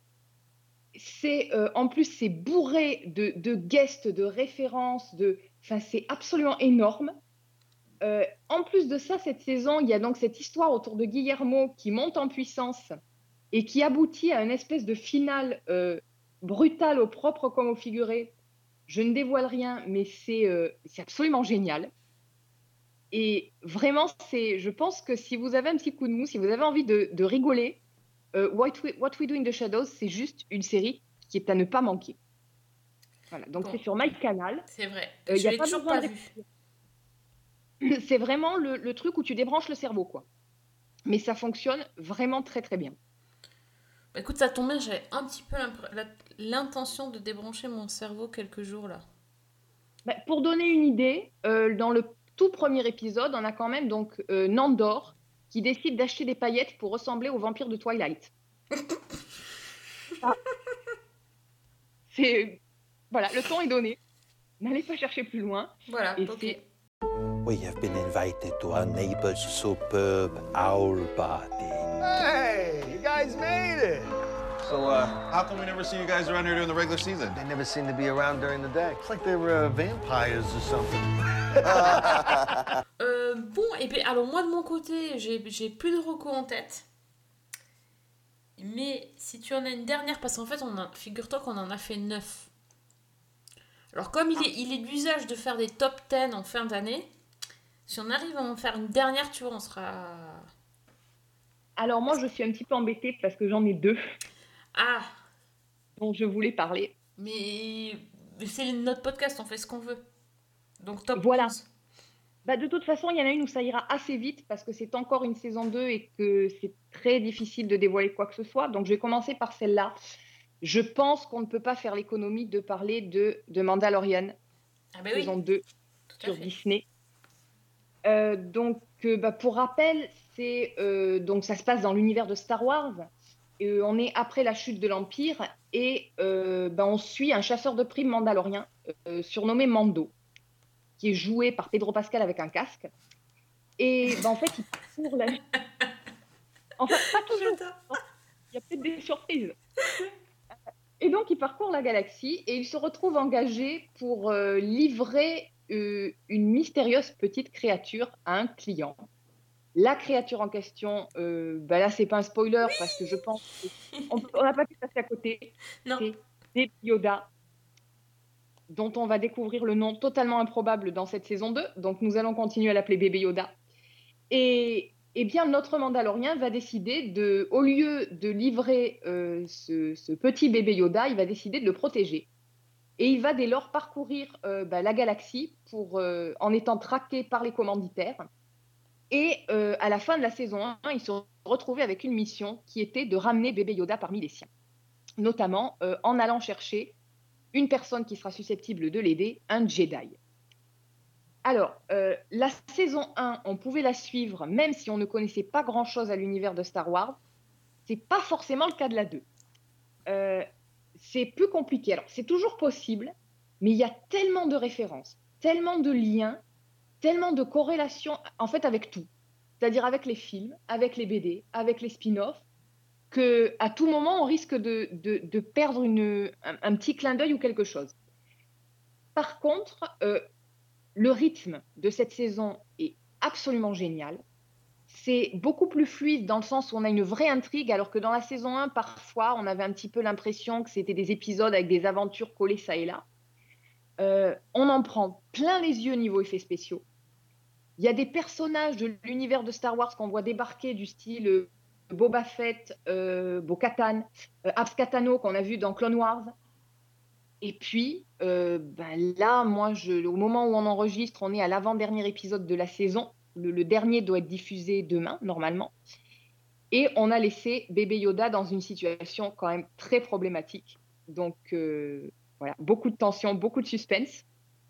En plus, c'est bourré de guests, de références, c'est absolument énorme. En plus de ça, cette saison, il y a donc cette histoire autour de Guillermo qui monte en puissance et qui aboutit à une espèce de finale brutale au propre comme au figuré. Je ne dévoile rien, mais c'est absolument génial. Et vraiment, je pense que si vous avez un petit coup de mou, si vous avez envie de rigoler, What We Do in the Shadows, c'est juste une série qui est à ne pas manquer. Voilà, donc c'est sur MyCanal. C'est vrai, je l'ai toujours pas vu. C'est vraiment le truc où tu débranches le cerveau, quoi. Mais ça fonctionne vraiment très très bien. Bah, écoute, ça tombe bien, j'avais un petit peu l'intention de débrancher mon cerveau quelques jours là. Bah, pour donner une idée, dans le tout premier épisode, on a quand même donc Nandor qui décide d'acheter des paillettes pour ressembler au vampire de Twilight. Voilà, le ton est donné. N'allez pas chercher plus loin. Voilà, ok. We have been invited to our neighbor's superb owl party. Hey, you guys made it. So, how come we never see you guys around here during the regular season? They never seem to be around during the day. It's like they're vampires or something. Bon, et bien, alors moi de mon côté, j'ai plus de recos en tête. Mais si tu en as une dernière, parce qu'en fait, figure-toi qu'on en a fait 9. Alors comme il est d'usage de faire des top 10 en fin d'année, si on arrive à en faire une dernière, tu vois, on sera... Alors moi, je suis un petit peu embêtée parce que j'en ai 2. Ah, dont je voulais parler. Mais c'est notre podcast, on fait ce qu'on veut. Donc top voilà. 11. Bah, de toute façon, il y en a une où ça ira assez vite parce que c'est encore une saison 2 et que c'est très difficile de dévoiler quoi que ce soit. Donc je vais commencer par celle-là. Je pense qu'on ne peut pas faire l'économie de parler de Mandalorian, saison 2 sur Disney. Pour rappel, donc ça se passe dans l'univers de Star Wars. On est après la chute de l'Empire et on suit un chasseur de primes mandalorien surnommé Mando, qui est joué par Pedro Pascal avec un casque. Et en fait, il parcourt la... Enfin, pas toujours. Il y a peut-être des surprises. Et donc, il parcourt la galaxie et il se retrouve engagé pour livrer une mystérieuse petite créature à un client. La créature en question, là, c'est pas un spoiler parce que je pense qu'on n'a pas pu passer à côté. Non. C'est Baby Yoda, dont on va découvrir le nom totalement improbable dans cette saison 2. Donc, nous allons continuer à l'appeler Bébé Yoda. Et bien, notre Mandalorien va décider au lieu de livrer ce petit bébé Yoda, il va décider de le protéger. Et il va dès lors parcourir la galaxie en étant traqué par les commanditaires. Et à la fin de la saison 1, il se retrouvait avec une mission qui était de ramener bébé Yoda parmi les siens. Notamment en allant chercher une personne qui sera susceptible de l'aider, un Jedi. Alors, la saison 1, on pouvait la suivre même si on ne connaissait pas grand-chose à l'univers de Star Wars. C'est pas forcément le cas de la 2. c'est plus compliqué. Alors, c'est toujours possible, mais il y a tellement de références, tellement de liens, tellement de corrélations, en fait, avec tout. C'est-à-dire avec les films, avec les BD, avec les spin-offs, qu'à tout moment, on risque de perdre un petit clin d'œil ou quelque chose. Par contre, le rythme de cette saison est absolument génial. C'est beaucoup plus fluide dans le sens où on a une vraie intrigue, alors que dans la saison 1, parfois, on avait un petit peu l'impression que c'était des épisodes avec des aventures collées ça et là. On en prend plein les yeux niveau effets spéciaux. Il y a des personnages de l'univers de Star Wars qu'on voit débarquer du style Boba Fett, Bo-Katan, Abs Katano qu'on a vu dans Clone Wars. Et puis, là, moi, au moment où on enregistre, on est à l'avant-dernier épisode de la saison. Le dernier doit être diffusé demain, normalement. Et on a laissé bébé Yoda dans une situation quand même très problématique. Donc, voilà, beaucoup de tension, beaucoup de suspense.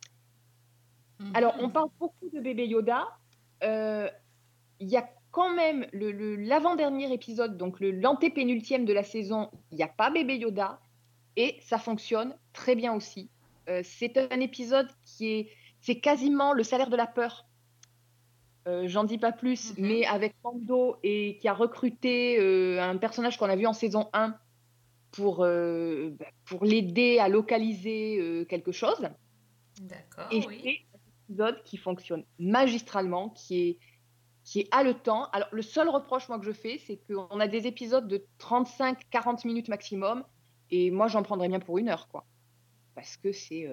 Alors, on parle beaucoup de bébé Yoda. Il y a quand même l'avant-dernier épisode, donc l'antépénultième de la saison, il n'y a pas bébé Yoda. Et ça fonctionne très bien aussi. C'est un épisode c'est quasiment le salaire de la peur. J'en dis pas plus, mais avec Mando et qui a recruté un personnage qu'on a vu en saison 1 pour l'aider à localiser quelque chose. D'accord, et oui. C'est un épisode qui fonctionne magistralement, qui est haletant. Alors, le seul reproche moi que je fais, c'est qu'on a des épisodes de 35-40 minutes maximum, et moi, j'en prendrais bien pour 1 heure, quoi. Parce que c'est...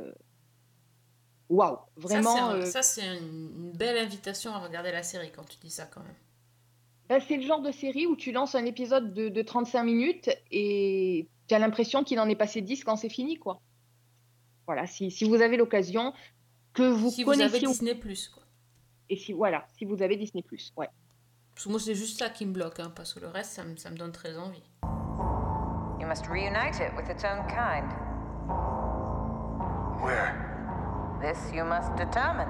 Waouh, vraiment... Ça, c'est une belle invitation à regarder la série quand tu dis ça, quand même. C'est le genre de série où tu lances un épisode de 35 minutes et tu as l'impression qu'il en est passé 10 quand c'est fini, quoi. Voilà, si vous avez l'occasion, que vous si connaissiez... vous avez Disney+, quoi. Et si vous avez Disney+, ouais. Parce que moi, c'est juste ça qui me bloque, hein, parce que le reste, ça me donne très envie. You must reunite it with its own kind. Where? This you must determine.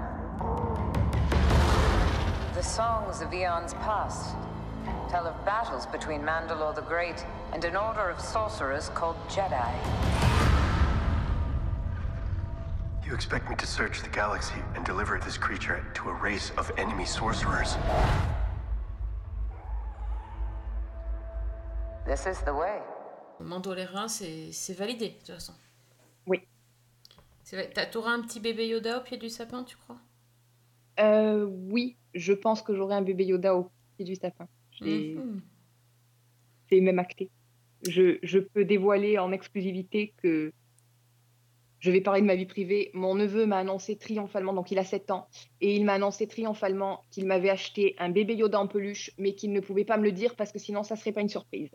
The songs of eons past tell of battles between Mandalore the Great and an order of sorcerers called Jedi. You expect me to search the galaxy and deliver this creature to a race of enemy sorcerers? This is the way. Mandalorian, c'est validé, de toute façon. Oui. T'auras un petit bébé Yoda au pied du sapin, tu crois? Oui, je pense que j'aurai un bébé Yoda au pied du sapin. C'est même acté. Je peux dévoiler en exclusivité que je vais parler de ma vie privée. Mon neveu m'a annoncé triomphalement, donc il a 7 ans, et il m'a annoncé triomphalement qu'il m'avait acheté un bébé Yoda en peluche, mais qu'il ne pouvait pas me le dire parce que sinon ça serait pas une surprise.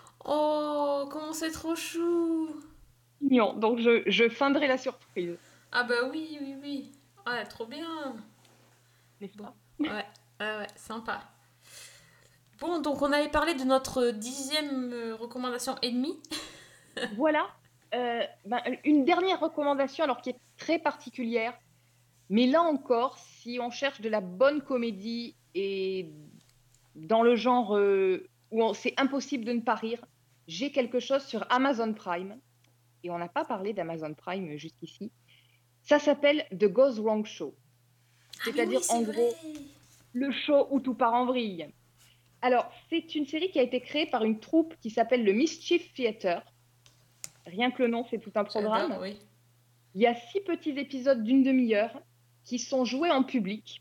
Oh, comment c'est trop chou! Mignon, donc je feindrai la surprise. Ah bah oui. Ouais, trop bien. N'est-ce pas? Ouais, sympa. Bon, donc on avait parlé de notre 10e recommandation et demie. Voilà. Une dernière recommandation, alors qui est très particulière, mais là encore, si on cherche de la bonne comédie et dans le genre où c'est impossible de ne pas rire, j'ai quelque chose sur Amazon Prime, et on n'a pas parlé d'Amazon Prime jusqu'ici. Ça s'appelle The Goes Wrong Show. C'est-à-dire, en gros, le show où tout part en vrille. Alors, c'est une série qui a été créée par une troupe qui s'appelle le Mischief Theater. Rien que le nom, c'est tout un programme. Oui. Il y a 6 petits épisodes d'une demi-heure qui sont joués en public.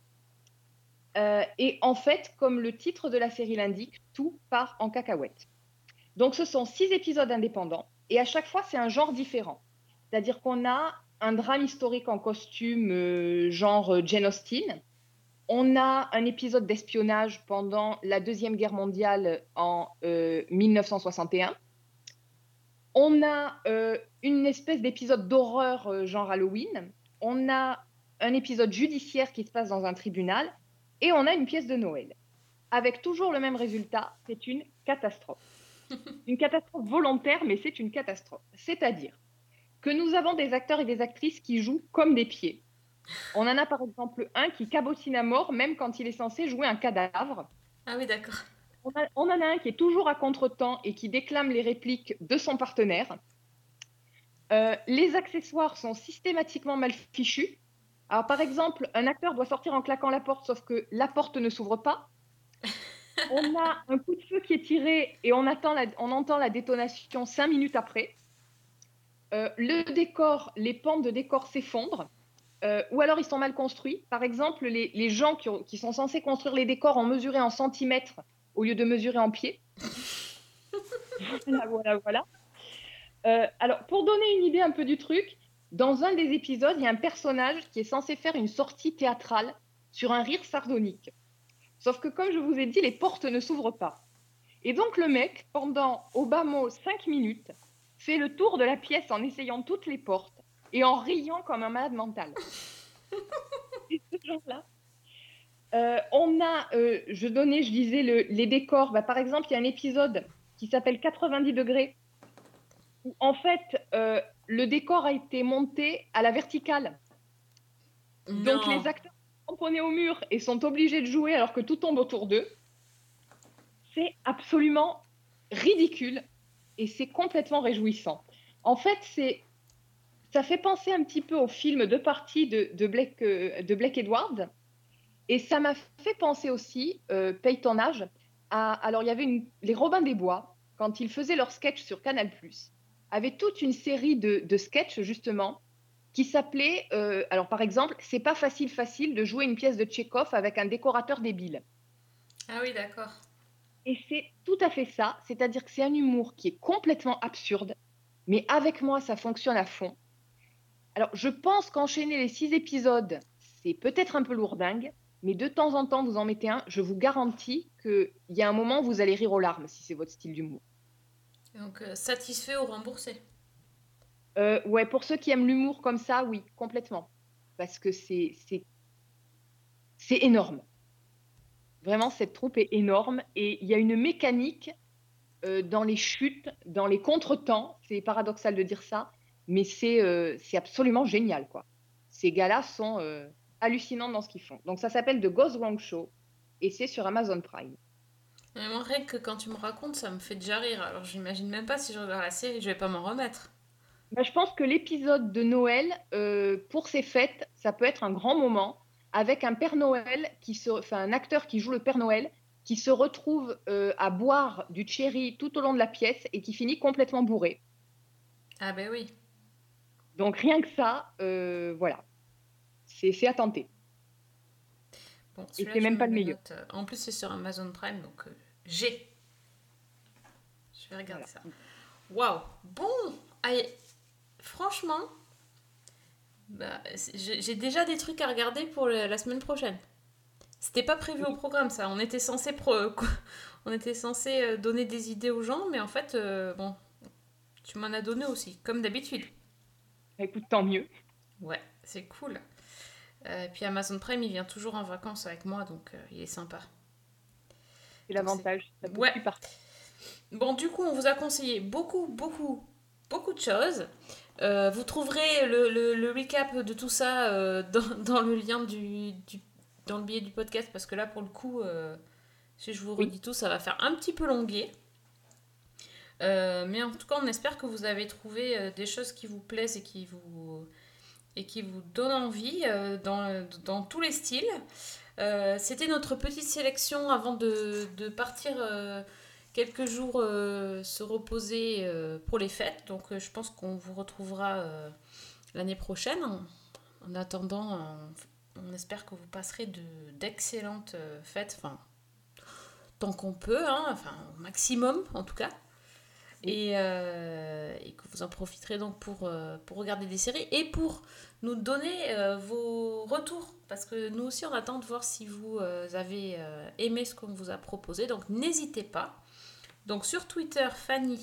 Et en fait, comme le titre de la série l'indique, tout part en cacahuète. Donc, ce sont 6 épisodes indépendants. Et à chaque fois, c'est un genre différent. C'est-à-dire qu'on a un drame historique en costume, genre Jane Austen. On a un épisode d'espionnage pendant la Deuxième Guerre mondiale en 1961. On a une espèce d'épisode d'horreur genre Halloween. On a un épisode judiciaire qui se passe dans un tribunal. Et on a une pièce de Noël. Avec toujours le même résultat, c'est une catastrophe. Une catastrophe volontaire, mais c'est une catastrophe. C'est-à-dire que nous avons des acteurs et des actrices qui jouent comme des pieds. On en a par exemple un qui cabotine à mort, même quand il est censé jouer un cadavre. Ah oui, d'accord. On en a un qui est toujours à contretemps et qui déclame les répliques de son partenaire. Les accessoires sont systématiquement mal fichus. Alors, par exemple, un acteur doit sortir en claquant la porte, sauf que la porte ne s'ouvre pas. On a un coup de feu qui est tiré et on entend la détonation 5 minutes après. Le décor, les pans de décor s'effondrent. Ou alors ils sont mal construits. Par exemple, les gens qui sont censés construire les décors ont mesuré en centimètres au lieu de mesurer en pieds. Voilà. Alors, pour donner une idée un peu du truc, dans un des épisodes, il y a un personnage qui est censé faire une sortie théâtrale sur un rire sardonique. Sauf que, comme je vous ai dit, les portes ne s'ouvrent pas. Et donc, le mec, pendant au bas mot 5 minutes, fait le tour de la pièce en essayant toutes les portes et en riant comme un malade mental. Et ce genre-là. Je disais les décors. Par exemple, il y a un épisode qui s'appelle 90 degrés où, en fait, le décor a été monté à la verticale. Non. Donc, les acteurs sont tamponnés au mur et sont obligés de jouer alors que tout tombe autour d'eux. C'est absolument ridicule et c'est complètement réjouissant. En fait, ça fait penser un petit peu au film Deux parties de Blake Edwards. Et ça m'a fait penser aussi, paye ton âge, alors il y avait les Robins des Bois, quand ils faisaient leurs sketchs sur Canal+, avaient toute une série de sketchs, justement, qui s'appelait, alors par exemple, c'est pas facile de jouer une pièce de Tchekhov avec un décorateur débile. Ah oui, d'accord. Et c'est tout à fait ça, c'est-à-dire que c'est un humour qui est complètement absurde, mais avec moi, ça fonctionne à fond. Alors, je pense qu'enchaîner les 6 épisodes, c'est peut-être un peu lourdingue, mais de temps en temps, vous en mettez un, je vous garantis qu'il y a un moment où vous allez rire aux larmes, si c'est votre style d'humour. Donc, satisfait ou remboursé? Ouais, pour ceux qui aiment l'humour comme ça, oui, complètement. Parce que c'est énorme. Vraiment, cette troupe est énorme. Et il y a une mécanique dans les chutes, dans les contretemps. C'est paradoxal de dire ça, mais c'est absolument génial, quoi. Ces gars-là sont hallucinants dans ce qu'ils font. Donc, ça s'appelle The Goes Wrong Show et c'est sur Amazon Prime. Mais moi, rien que quand tu me racontes, ça me fait déjà rire. Alors, j'imagine même pas si je regarde la série, je vais pas m'en remettre. Je pense que l'épisode de Noël, pour ces fêtes, ça peut être un grand moment, avec un Père Noël, un acteur qui joue le Père Noël, qui se retrouve à boire du cherry tout au long de la pièce et qui finit complètement bourré. Ah ben oui. Donc rien que ça, voilà. C'est à tenter. Bon, et c'est même pas le meilleur. En plus, c'est sur Amazon Prime, donc je vais regarder ça. Waouh. Bon, allez. Franchement, j'ai déjà des trucs à regarder pour la semaine prochaine. C'était pas prévu au programme, ça. On était censé donner des idées aux gens, mais en fait, bon, tu m'en as donné aussi, comme d'habitude. Écoute, tant mieux. Ouais, c'est cool. Puis Amazon Prime, il vient toujours en vacances avec moi, donc il est sympa. C'est l'avantage. Ouais. Bon, du coup, on vous a conseillé beaucoup de choses. Vous trouverez le recap de tout ça dans le lien dans le billet du podcast, parce que là, pour le coup, si je vous redis tout, ça va faire un petit peu longuer. Mais en tout cas, on espère que vous avez trouvé des choses qui vous plaisent et qui vous donnent envie dans tous les styles. C'était notre petite sélection avant de partir quelques jours se reposer pour les fêtes. Donc je pense qu'on vous retrouvera l'année prochaine. En attendant, on espère que vous passerez d'excellentes fêtes, enfin, tant qu'on peut, hein, enfin, au maximum en tout cas. Et que vous en profiterez donc pour regarder des séries et pour nous donner vos retours, parce que nous aussi on attend de voir si vous avez aimé ce qu'on vous a proposé, donc n'hésitez pas. Donc sur Twitter, Fanny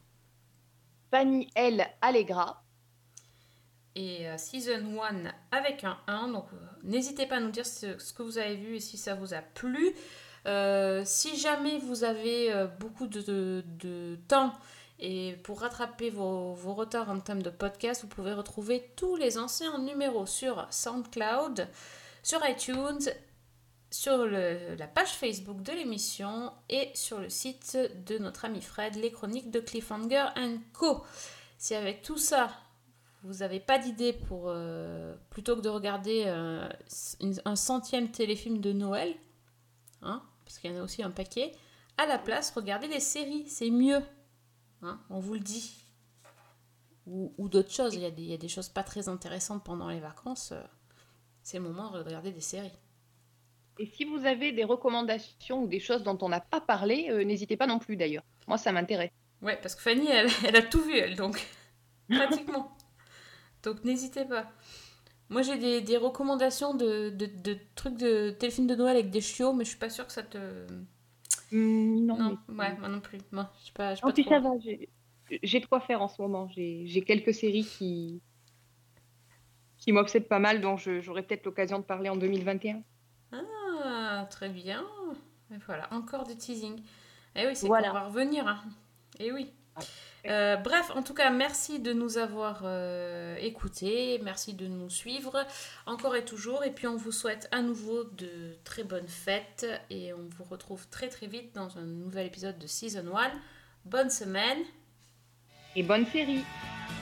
L. Allegra et Season 1 avec un 1, donc n'hésitez pas à nous dire ce que vous avez vu et si ça vous a plu. Si jamais vous avez beaucoup de temps et pour rattraper vos retards en termes de podcast, vous pouvez retrouver tous les anciens numéros sur SoundCloud, sur iTunes, sur la page Facebook de l'émission et sur le site de notre ami Fred, les chroniques de Cliffhanger & Co. Si avec tout ça vous n'avez pas d'idée pour... plutôt que de regarder un 100e téléfilm de Noël, hein, parce qu'il y en a aussi un paquet, à la place, regardez des séries, c'est mieux. Hein, on vous le dit. Ou d'autres choses, il y a des choses pas très intéressantes pendant les vacances. C'est le moment de regarder des séries. Et si vous avez des recommandations ou des choses dont on n'a pas parlé, n'hésitez pas non plus d'ailleurs. Moi, ça m'intéresse. Ouais, parce que Fanny, elle a tout vu, elle, donc pratiquement. Donc n'hésitez pas. Moi, j'ai des recommandations de trucs de téléfilms de Noël avec des chiots, mais je suis pas sûre que ça te... Non. Ouais, moi non plus. Moi, je sais pas Non, puis trop. ça va, j'ai de quoi faire en ce moment. J'ai quelques séries qui m'obsèdent pas mal, dont j'aurai peut-être l'occasion de parler en 2021. Ah, très bien. Et voilà, encore du teasing. Et oui, c'est Voilà. qu'on va revenir. Hein. Et oui. Bref, en tout cas, merci de nous avoir écoutés. Merci de nous suivre encore et toujours. Et puis, on vous souhaite à nouveau de très bonnes fêtes. Et on vous retrouve très très vite dans un nouvel épisode de Season 1. Bonne semaine. Et bonne série.